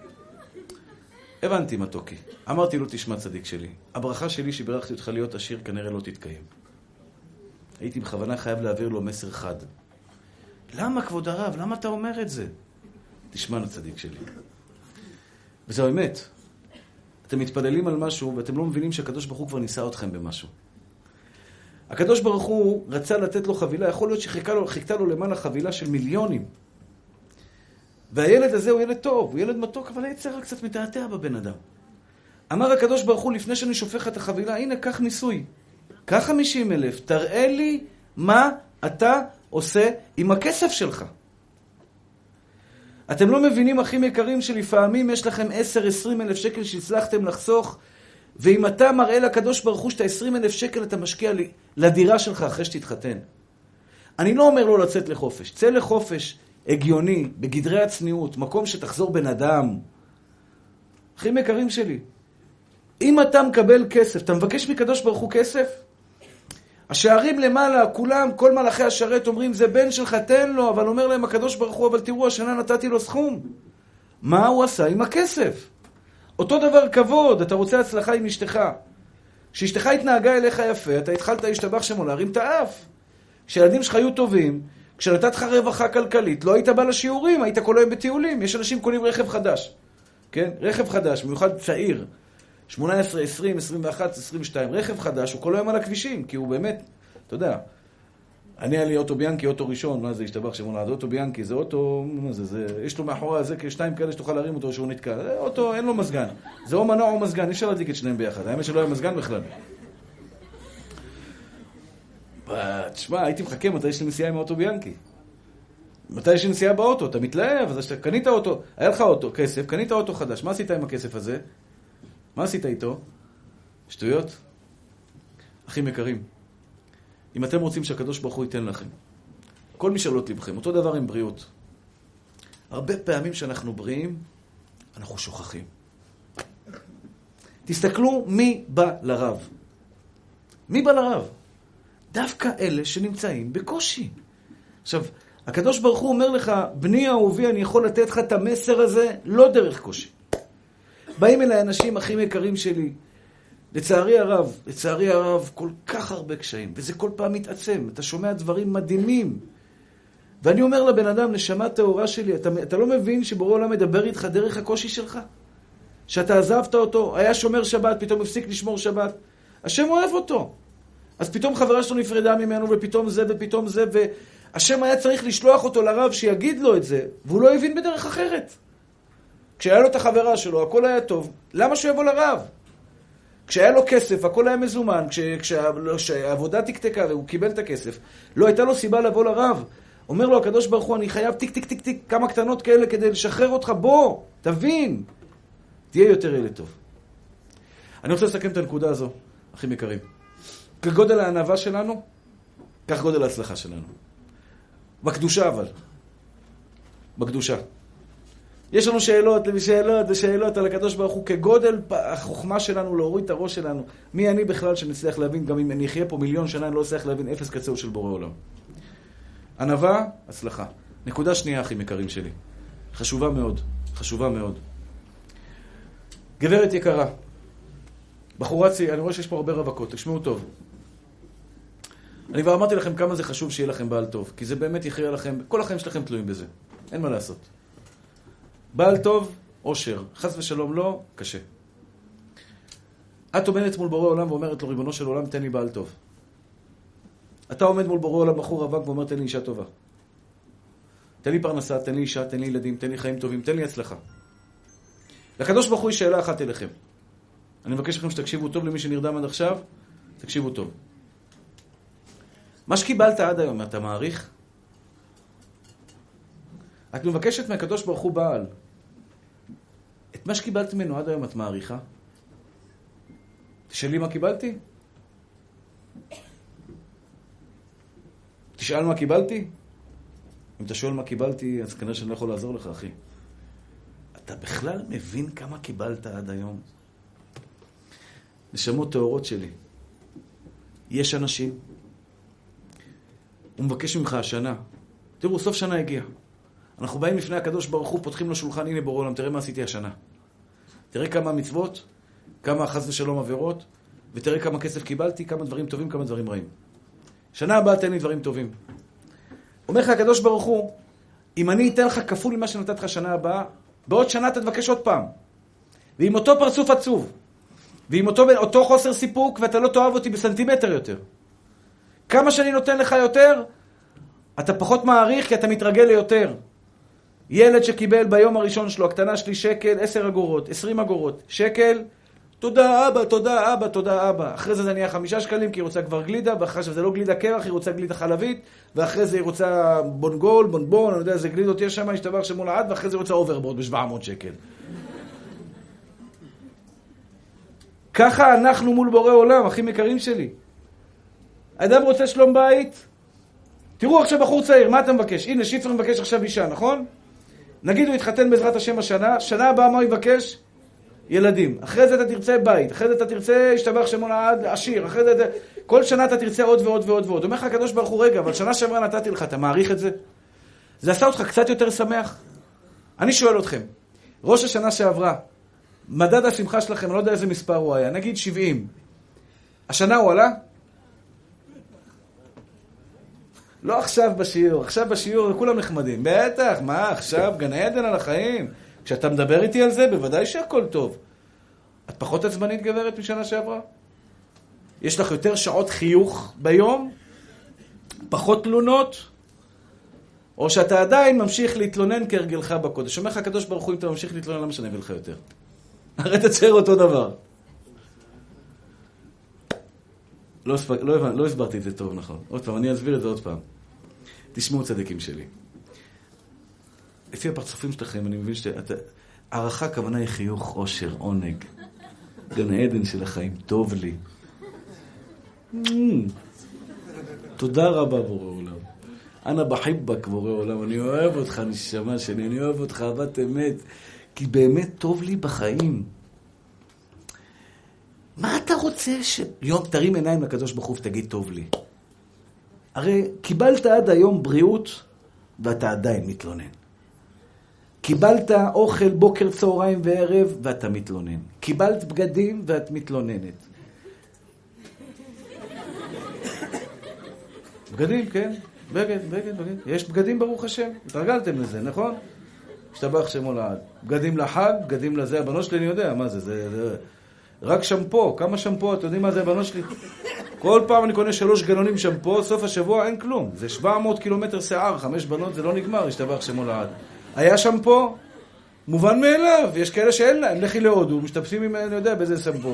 Speaker 1: הבנתי מתוקי. אמרתי לו, תשמע צדיק שלי, הברכה שלי שברכתי אותך להיות עשיר כנראה לא תתקיים. הייתי בכוונה חייב להעביר לו מסר חד. למה כבוד הרב? למה אתה אומר את זה? תשמע לצדיק שלי. וזו האמת. אתם מתפללים על משהו ואתם לא מבינים שהקדוש ברוך הוא כבר ניסה אתכם במשהו. הקדוש ברוך הוא רצה לתת לו חבילה, יכול להיות שחיכתה לו למעלה חבילה של מיליונים. והילד הזה הוא ילד טוב, הוא ילד מתוק, אבל היצר רק קצת מתעתע בבן אדם. אמר הקדוש ברוך הוא, לפני שאני שופך את החבילה, הנה, קח ניסוי. קח 50,000, תראה לי מה אתה עושה עם הכסף שלך. אתם לא מבינים, אחים יקרים, שלפעמים יש לכם 10-20,000 שקל שהצלחתם לחסוך, ואם אתה מראה לקדוש ברוך הוא שאתה 20,000 שקל אתה משקיע לדירה שלך אחרי שתתחתן. אני לא אומר לו לצאת לחופש. צא לחופש הגיוני, בגדרי הצניעות, מקום שתחזור בן אדם. אחים יקרים שלי, אם אתה מקבל כסף, אתה מבקש מקדוש ברוך הוא כסף, השערים למעלה, כולם, כל מלאכי השרת אומרים, זה בן שלך, תן לו, אבל אומר להם הקדוש ברוך הוא, אבל תראו, השנה נתתי לו סכום. מה הוא עשה עם הכסף? אותו דבר כבוד, אתה רוצה הצלחה עם אשתך. כשאשתך התנהגה אליך יפה, אתה התחלת להשתבח שמו, להרים את האף. כשילדים שלך היו טובים, כשנתת לך רווחה כלכלית, לא היית בא לשיעורים, היית כל היום בטיולים. יש אנשים קונים רכב חדש. כן? רכב חדש, במיוחד צעיר. 18, 20, 21, 22. רכב חדש, הוא כל היום על הכבישים, כי הוא באמת, אתה יודע, אני היה לי אוטו ביאנקי, אוטו ראשון, מה זה, השתבח שמונה, זה אוטו ביאנקי, זה אוטו, מה זה, יש לו מאחורי זה כשתיים כאלה שתוכל להרים אותו שהוא נתקע. זה אוטו, אין לו מזגן. זה או מנוע או מזגן, אי אפשר להדליק את שניהם ביחד. האמת שלא היה מזגן בכלל. תשמע, הייתי מחכה מתי יש לי נסיעה עם האוטו ביאנקי. מתי יש לי נסיעה באוטו? אתה מתלהב, אז קנית אוטו, היה לך אוטו, כסף, קנית אוטו חדש. מה עשית עם הכסף הזה? מה עשית איתו? שטויות? אחים יקרים, אם אתם רוצים שהקדוש ברוך הוא ייתן לכם, כל משאלות לבכם, אותו דבר עם בריאות. הרבה פעמים שאנחנו בריאים, אנחנו שוכחים. תסתכלו מי בא לרב. מי בא לרב? דווקא אלה שנמצאים בקושי. עכשיו, הקדוש ברוך הוא אומר לך, בני אהובי, אני יכול לתת לך את המסר הזה, לא דרך קושי. באים אליי אנשים הכי יקרים שלי, לצערי הרב, כל כך הרבה קשיים, וזה כל פעם מתעצם, אתה שומע דברים מדהימים. ואני אומר לבן אדם, נשמה טהורה שלי, אתה לא מבין שבורא עולם מדבר איתך דרך הקושי שלך? שאתה עזבת אותו, היה שומר שבת, פתאום הפסיק לשמור שבת. השם אוהב אותו. אז פתאום חברה שלו נפרדה ממנו, ופתאום זה, והשם היה צריך לשלוח אותו לרב שיגיד לו את זה, והוא לא הבין בדרך אחרת. כשהיה לו את החברה שלו, הכל היה טוב, למה שהוא יבוא לרב? כשהיה לו כסף, הכל היה מזומן, כשהעבודה תקתקה והוא קיבל את הכסף, לא הייתה לו סיבה לבוא לרב. אומר לו הקדוש ברוך הוא, אני חייב טיק, כמה קטנות כאלה כדי לשחרר אותך, בוא, תבין. תהיה יותר ילד טוב. אני רוצה לסכם את הנקודה הזו, אחים יקרים. כגודל הענווה שלנו, כך גודל ההצלחה שלנו. בקדושה אבל. בקדושה. יש לנו שאלות על הקדוש ברוך הוא, כגודל החוכמה שלנו להוריד את הראש שלנו. מי אני בכלל שנצליח להבין, גם אם אני אחיה פה מיליון שנה, אני לא אצליח להבין אפס קצהו של בורא עולם. ענווה, הצלחה. נקודה שנייה, אחים יקרים שלי. חשובה מאוד. גברת יקרה, בחורה צעירה, אני רואה שיש פה הרבה רווקות, תשמעו טוב. אני כבר אמרתי לכם כמה זה חשוב שיהיה לכם בעל טוב, כי זה באמת יכריע לכם, כל החיים שלכם תלויים בזה. אין מה לעשות. בעל טוב, אושר. חס ושלום לא, קשה. את עומדת מול בורא עולם ואומרת לו, ריבונו של עולם, תן לי בעל טוב. אתה עומד מול בורא עולם, בחור רווק, ואומר, תן לי אישה טובה. תן לי פרנסה, תן לי אישה, תן לי ילדים, תן לי חיים טובים, תן לי הצלחה. לקדוש ברוך הוא יש שאלה אחת אליכם. אני מבקש לכם שתקשיבו טוב למי שנרדם עד עכשיו, תקשיבו טוב. מה שקיבלת עד היום, אתה מעריך? את מבקשת מהקדוש ברוך הוא בעל. את מה שקיבלת ממנו עד היום את מעריכה? תשאלי מה קיבלתי? תשאל מה קיבלתי? אם אתה שואל מה קיבלתי, אז כנראה שאני לא יכול לעזור לך, אחי. אתה בכלל מבין כמה קיבלת עד היום? נשמות טהורות שלי. יש אנשים, הוא מבקש ממך השנה. תראו, סוף שנה הגיע. אנחנו באים לפני הקדוש ברוך הוא, פותחים לו שולחן, הנה בורא עולם, תראה מה עשיתי השנה. תראה כמה מצוות, כמה חס ושלום עבירות, ותראה כמה כסף קיבלתי, כמה דברים טובים, כמה דברים רעים. שנה הבאה תן לי דברים טובים. אומר לך הקדוש ברוך הוא, אם אני אתן לך כפול ממה שנתת לך שנה הבאה, בעוד שנה אתה תבקש עוד פעם. ועם אותו פרצוף עצוב, ועם אותו חוסר סיפוק, ואתה לא תאהב אותי בסנטימטר יותר. כמה שאני נותן לך יותר, אתה פחות מעריך כי אתה מתרגל ליותר. ילד שקיבל ביום הראשון שלו, הקטנה שלי שקל, 10 אגורות, 20 אגורות, שקל, תודה אבא, תודה אבא, תודה אבא. אחרי זה נהיה 5 שקלים כי היא רוצה כבר גלידה, ואחרי זה לא גלידה קרח, היא רוצה גלידה חלבית, ואחרי זה היא רוצה בונגול, בונבון, אני יודע איזה גלידות יש שם, השתבר שמול העד, ואחרי זה היא רוצה אוברבורד ב-700 שקל. ככה אנחנו מול בורא עולם, אחים יקרים שלי. האדם רוצה שלום בית. תראו עכשיו בחור צעיר, מה אתה מבקש? הנה, שיפר מבקש עכשיו אישה, נכון? נגיד הוא יתחתן בעזרת השם השנה, שנה הבאה מה הוא יבקש? ילדים. אחרי זה אתה תרצה בית, אחרי זה אתה תרצה השתבח שמו לעד עשיר, אחרי זה כל שנה אתה תרצה עוד ועוד ועוד ועוד. אומר לך הקדוש ברוך הוא, רגע, אבל שנה שעברה נתתי לך, אתה מעריך את זה? זה עשה אותך קצת יותר שמח? אני שואל אתכם, ראש השנה שעברה, מדד השמחה שלכם, אני לא יודע איזה מספר הוא היה, נגיד 70. השנה הוא עלה? לא עכשיו בשיעור, עכשיו בשיעור כולם נחמדים. בטח, מה עכשיו? גן עדן על החיים. כשאתה מדבר איתי על זה, בוודאי שהכל טוב. את פחות עצבנית גברת משנה שעברה? יש לך יותר שעות חיוך ביום? פחות תלונות? או שאתה עדיין ממשיך להתלונן כהרגלך בקודש? אומר לך הקדוש ברוך הוא, אם אתה ממשיך להתלונן, למה שאני אביא לך יותר? הרי תצהר אותו דבר. לא הסברתי את זה טוב, נכון. עוד פעם, אני אסביר את זה עוד פעם. תשמעו צדיקים שלי. לפי הפרצופים שלכם, אני מבין הערכה, הכוונה היא חיוך, אושר, עונג. גן עדן של החיים, טוב לי. תודה רבה בורא עולם. אנא בחיבק בורא עולם, אני אוהב אותך נשמה שלי, אני אוהב אותך אהבת אמת, כי באמת טוב לי בחיים. מה אתה רוצה יום תרים עיניים לקדוש ברוך הוא ותגיד טוב לי? הרי קיבלת עד היום בריאות ואתה עדיין מתלונן. קיבלת אוכל בוקר, צהריים וערב ואתה מתלונן. קיבלת בגדים ואת מתלוננת. בגדים, כן. בגד. יש בגדים ברוך השם. התרגלתם לזה, נכון? השתבח שמו לעד. בגדים לחג, בגדים לזה. הבנות שלי אני יודע מה זה. זה רק שמפו. כמה שמפו? אתם יודעים מה זה הבנות שלי? כל פעם אני קונה 3 גלונים שמפו, סוף השבוע אין כלום. זה 700 קילומטר שיער, 5 בנות, זה לא נגמר, השתבח שמו לעד. היה שמפו? מובן מאליו. יש כאלה שאין להם. לכי להודו, משתפסים עם, אני יודע, באיזה שמפו.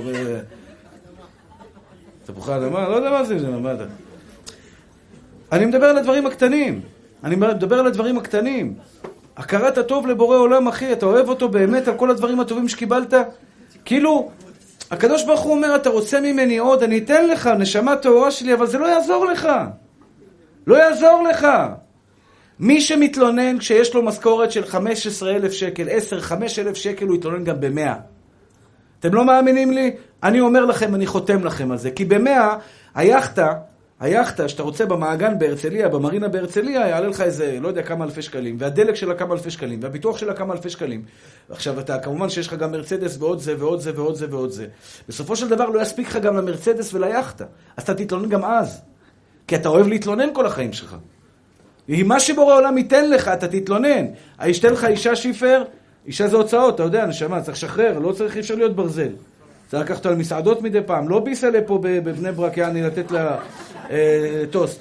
Speaker 1: תפוחי אדמה? לא יודע מה זה, מה אתה? אני מדבר על הדברים הקטנים. אני מדבר על הדברים הקטנים. הכרת הטוב לבורא עולם, אחי, אתה אוהב אותו באמת על כל הדברים הטובים שקיבלת? כאילו, הקדוש ברוך הוא אומר, אתה רוצה ממני עוד, אני אתן לך, נשמה טהורה שלי, אבל זה לא יעזור לך. לא יעזור לך. מי שמתלונן כשיש לו משכורת של 15,000 שקל, 5,000 שקל, הוא יתלונן גם ב100. אתם לא מאמינים לי? אני אומר לכם, אני חותם לכם על זה. כי ב100, היחטה שאתה רוצה במעגן בהרצליה, במרינה בהרצליה, יעלה לך איזה, לא יודע, כמה אלפי שקלים, והדלק שלה כמה אלפי שקלים, והביטוח שלה כמה אלפי שקלים. עכשיו, אתה, כמובן שיש לך גם מרצדס ועוד זה ועוד זה ועוד זה ועוד זה. בסופו של דבר לא יספיק לך גם למרצדס וליחטה. אז אתה תתלונן גם אז. כי אתה אוהב להתלונן כל החיים שלך. מה שבורא עולם ייתן לך, אתה תתלונן. ישתן לך אישה שיפר, אישה זה הוצאות, אתה יודע, נשמה, צריך לשחרר, לא צריך, אי אפשר להיות ברזל. צריך לקחת אותה למסעדות מדי פעם, לא ביסה לפה בבני ברק, יעני לתת לה טוסט.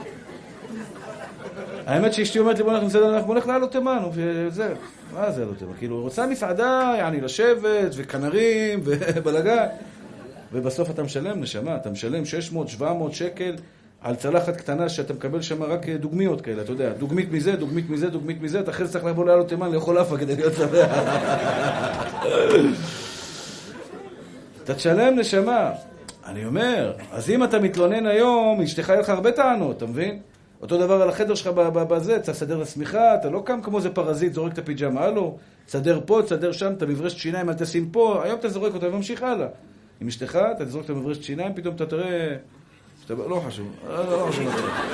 Speaker 1: האמת שאשתי אומרת לי, בוא נלך למסעדה, בוא נלך לעלות תימן, וזה, מה זה לעלות תימן? כאילו, רוצה מסעדה, יעני לשבת, וכנרים, ובלגה. ובסוף אתה משלם, נשמה, אתה משלם 600-700 שקל על צלחת קטנה שאתה מקבל שם רק דוגמיות כאלה, אתה יודע, דוגמית מזה, דוגמית מזה, דוגמית מזה, אתה אחרי צריך לבוא לעלות תימן, לאכול אפה כדי להיות שבע. אתה תשלם, נשמה. אני אומר, אז אם אתה מתלונן היום, אשתך יהיה לך הרבה טענות, אתה מבין? אותו דבר על החדר שלך בזה, אתה סדר לסמיכה, אתה לא קם כמו זה פרזיט, זורק את הפיג'מה, הלו, תסדר פה, תסדר שם, אתה מברשת שיניים, אל תשים פה, היום אתה זורק אותה וממשיך הלאה. עם אשתך, אתה תזרוק את המברשת שיניים, פתאום אתה תראה, לא חשוב, לא חשוב.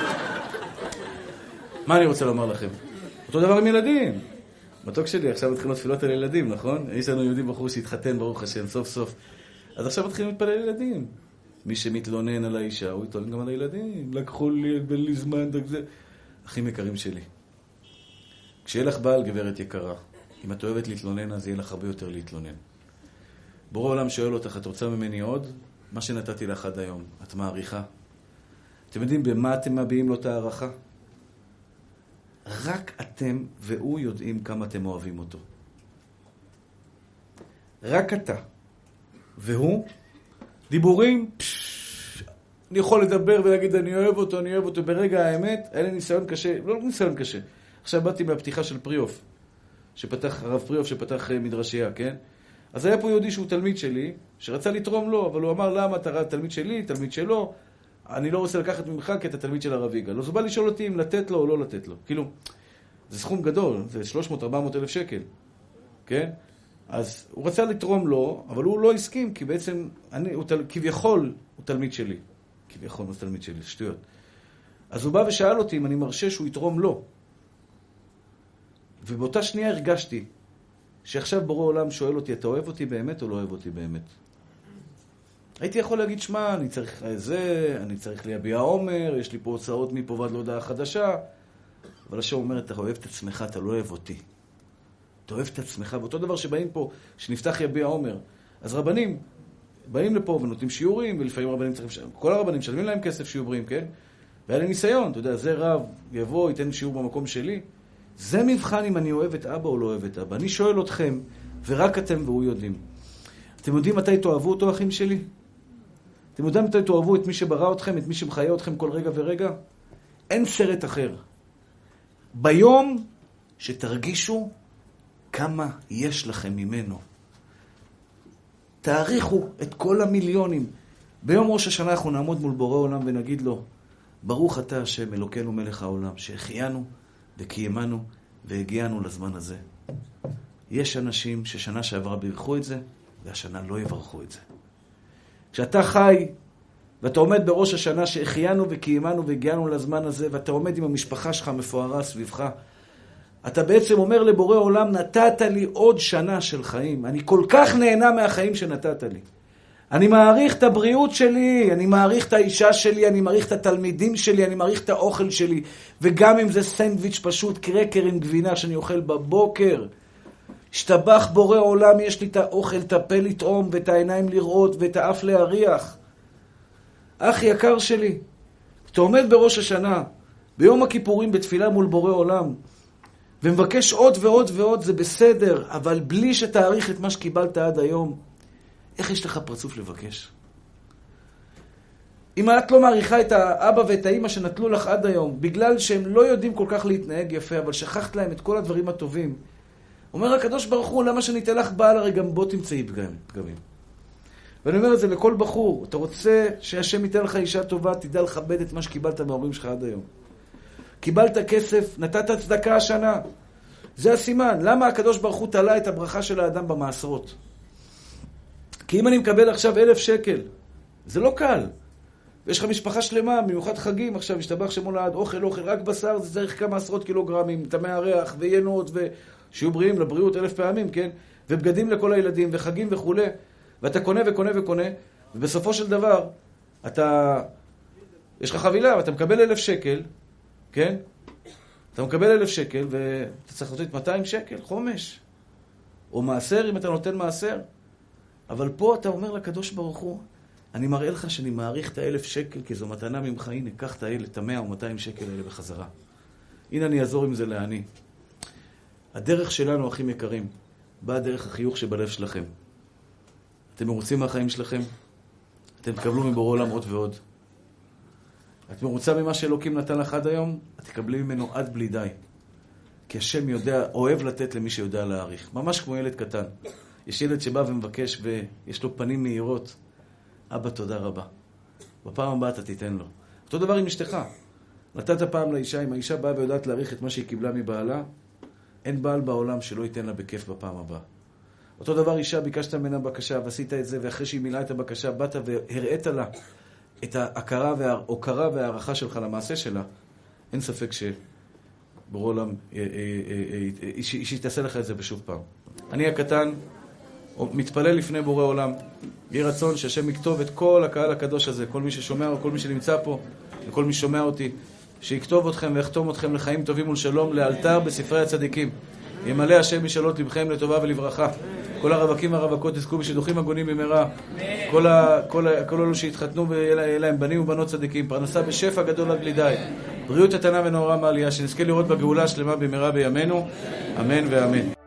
Speaker 1: מה אני רוצה לומר לכם? אותו דבר עם ילדים. מתוק שלי, עכשיו מתחילות תפילות על ילדים, נכון? יש לנו יהודים בחור שהתחתן, ברוך השם, סוף סוף. אז עכשיו מתחילים להתפלל ילדים. מי שמתלונן על האישה, הוא יתלונן גם על הילדים. לקחו לי, בין לי זמן, זה. אחים יקרים שלי. כשיהיה לך בעל, גברת יקרה, אם את אוהבת להתלונן, אז יהיה לך הרבה יותר להתלונן. בורא עולם שואל אותך, את רוצה ממני עוד? מה שנתתי לך עד היום, את מעריכה? אתם יודעים במה אתם מביעים לו את הערכה? רק אתם והוא יודעים כמה אתם אוהבים אותו. רק אתה. והוא, דיבורים, אני יכול לדבר ולהגיד אני אוהב אותו, אני אוהב אותו. ברגע האמת, היה לי ניסיון קשה, לא ניסיון קשה. עכשיו באתי מהפתיחה של פריוף, הרב פריוף שפתח מדרשייה, כן? אז היה פה יהודי שהוא תלמיד שלי, שרצה לתרום לו, אבל הוא אמר, למה אתה תלמיד שלי, תלמיד שלו? אני לא רוצה לקחת ממך כי אתה תלמיד של הרב יגאל. אז הוא בא לשאול אותי אם לתת לו או לא לתת לו. כאילו, זה סכום גדול, זה 300-400 אלף שקל, כן? אז הוא רצה לתרום לו, אבל הוא לא הסכים, כי בעצם, כביכול הוא תלמיד שלי. כביכול מה תלמיד שלי, שטויות. אז הוא בא ושאל אותי אם אני מרשה שהוא יתרום לו. ובאותה שנייה הרגשתי שעכשיו בורא עולם שואל אותי, אתה אוהב אותי באמת או לא אוהב אותי באמת? הייתי יכול להגיד, שמע, אני צריך זה, אני צריך להביע עומר, יש לי פה הוצאות מפה ועד להודעה חדשה. אבל השם אומר, אתה אוהב את עצמך, אתה לא אוהב אותי. אתה אוהב את עצמך. ואותו דבר שבאים פה, שנפתח יביע עומר. אז רבנים באים לפה ונותנים שיעורים, ולפעמים רבנים צריכים, כל הרבנים שלמים להם כסף שיעורים, כן? והיה לי ניסיון, אתה יודע, זה רב יבוא, ייתן שיעור במקום שלי. זה מבחן אם אני אוהב את אבא או לא אוהב את אבא. אני שואל אתכם, ורק אתם והוא יודעים. אתם יודעים מתי תאהבו אותו, אחים שלי? אתם יודעים מתי תאהבו את מי שברא אתכם, את מי שמחיה אתכם כל רגע ורגע? אין סרט אחר. ביום שתרגישו כמה יש לכם ממנו. תעריכו את כל המיליונים. ביום ראש השנה אנחנו נעמוד מול בורא עולם ונגיד לו, ברוך אתה השם אלוקינו מלך העולם, שהחיינו וקיימנו והגיענו לזמן הזה. יש אנשים ששנה שעברה בירכו את זה, והשנה לא יברכו את זה. כשאתה חי, ואתה עומד בראש השנה שהחיינו וקיימנו והגיענו לזמן הזה, ואתה עומד עם המשפחה שלך מפוארה סביבך, אתה בעצם אומר לבורא עולם, נתת לי עוד שנה של חיים. אני כל כך נהנה מהחיים שנתת לי. אני מעריך את הבריאות שלי, אני מעריך את האישה שלי, אני מעריך את התלמידים שלי, אני מעריך את האוכל שלי, וגם אם זה סנדוויץ' פשוט, קרקר עם גבינה שאני אוכל בבוקר. השתבח בורא עולם, יש לי את האוכל, את הפה לטעום, ואת העיניים לראות, ואת האף להריח. אח יקר שלי, אתה עומד בראש השנה, ביום הכיפורים בתפילה מול בורא עולם, ומבקש עוד ועוד ועוד, זה בסדר, אבל בלי שתעריך את מה שקיבלת עד היום, איך יש לך פרצוף לבקש? אם את לא מעריכה את האבא ואת האמא שנטלו לך עד היום, בגלל שהם לא יודעים כל כך להתנהג יפה, אבל שכחת להם את כל הדברים הטובים, אומר הקדוש ברוך הוא, למה שניתן לך בעל, הרי גם בו תמצאי פגמים. ואני אומר את זה לכל בחור, אתה רוצה שהשם ייתן לך אישה טובה, תדע לכבד את מה שקיבלת מההורים שלך עד היום. קיבלת כסף, נתת צדקה השנה. זה הסימן. למה הקדוש ברוך הוא תלה את הברכה של האדם במעשרות? כי אם אני מקבל עכשיו 1,000 שקל, זה לא קל. ויש לך משפחה שלמה, במיוחד חגים, עכשיו השתבח שמולד, אוכל, רק בשר, זה צריך כמה עשרות קילוגרמים, טמא הריח ויינות, ושיהיו בריאים לבריאות 1,000 פעמים, כן? ובגדים לכל הילדים, וחגים וכו'. ואתה קונה וקונה וקונה, ובסופו של דבר, יש לך חבילה, ואתה מקבל 1,000 שקל, כן? אתה מקבל 1,000 שקל, ואתה צריך לתת 200 שקל, חומש. או מעשר, אם אתה נותן מעשר. אבל פה אתה אומר לקדוש ברוך הוא, אני מראה לך שאני מעריך את 1,000 שקל, כי זו מתנה ממך, הנה, קח את 100 או 200 שקל האלה בחזרה. הנה אני אעזור עם זה לעני. הדרך שלנו, אחים יקרים, באה דרך החיוך שבלב שלכם. אתם מרוצים מהחיים שלכם? אתם תקבלו מבורא עולם עוד ועוד. את מרוצה ממה שאלוקים נתן לך עד היום? את תקבלי ממנו עד בלי די. כי השם אוהב לתת למי שיודע להעריך. ממש כמו ילד קטן. יש ילד שבא ומבקש ויש לו פנים מהירות. אבא, תודה רבה. בפעם הבאה אתה תיתן לו. אותו דבר עם אשתך. נתת פעם לאישה, אם האישה באה ויודעת להעריך את מה שהיא קיבלה מבעלה, אין בעל בעולם שלא ייתן לה בכיף בפעם הבאה. אותו דבר אישה, ביקשת ממנה בקשה ועשית את זה, ואחרי שהיא מילאה את הבקשה, באת והראית לה את ההוקרה והערכה שלך למעשה שלה, אין ספק שבורא עולם, שהיא תעשה לך את זה בשוב פעם. אני הקטן, מתפלל לפני בורא עולם, יהיה רצון שהשם יכתוב את כל הקהל הקדוש הזה, כל מי ששומע או כל מי שנמצא פה, וכל מי ששומע אותי, שיכתוב אתכם ויחתום אתכם לחיים טובים ולשלום, לאלתר בספרי הצדיקים. ימלא השם משאלות לבכם לטובה ולברכה. כל הרווקים והרווקות יזכו בשידוכים הגונים במהרה. כל אלו שהתחתנו ויהיה להם בנים ובנות צדיקים, פרנסה בשפע גדול עד בלי די. בריאות איתנה ונאורה מעלייה, שנזכה לראות בגאולה השלמה במהרה בימינו. אמן ואמן.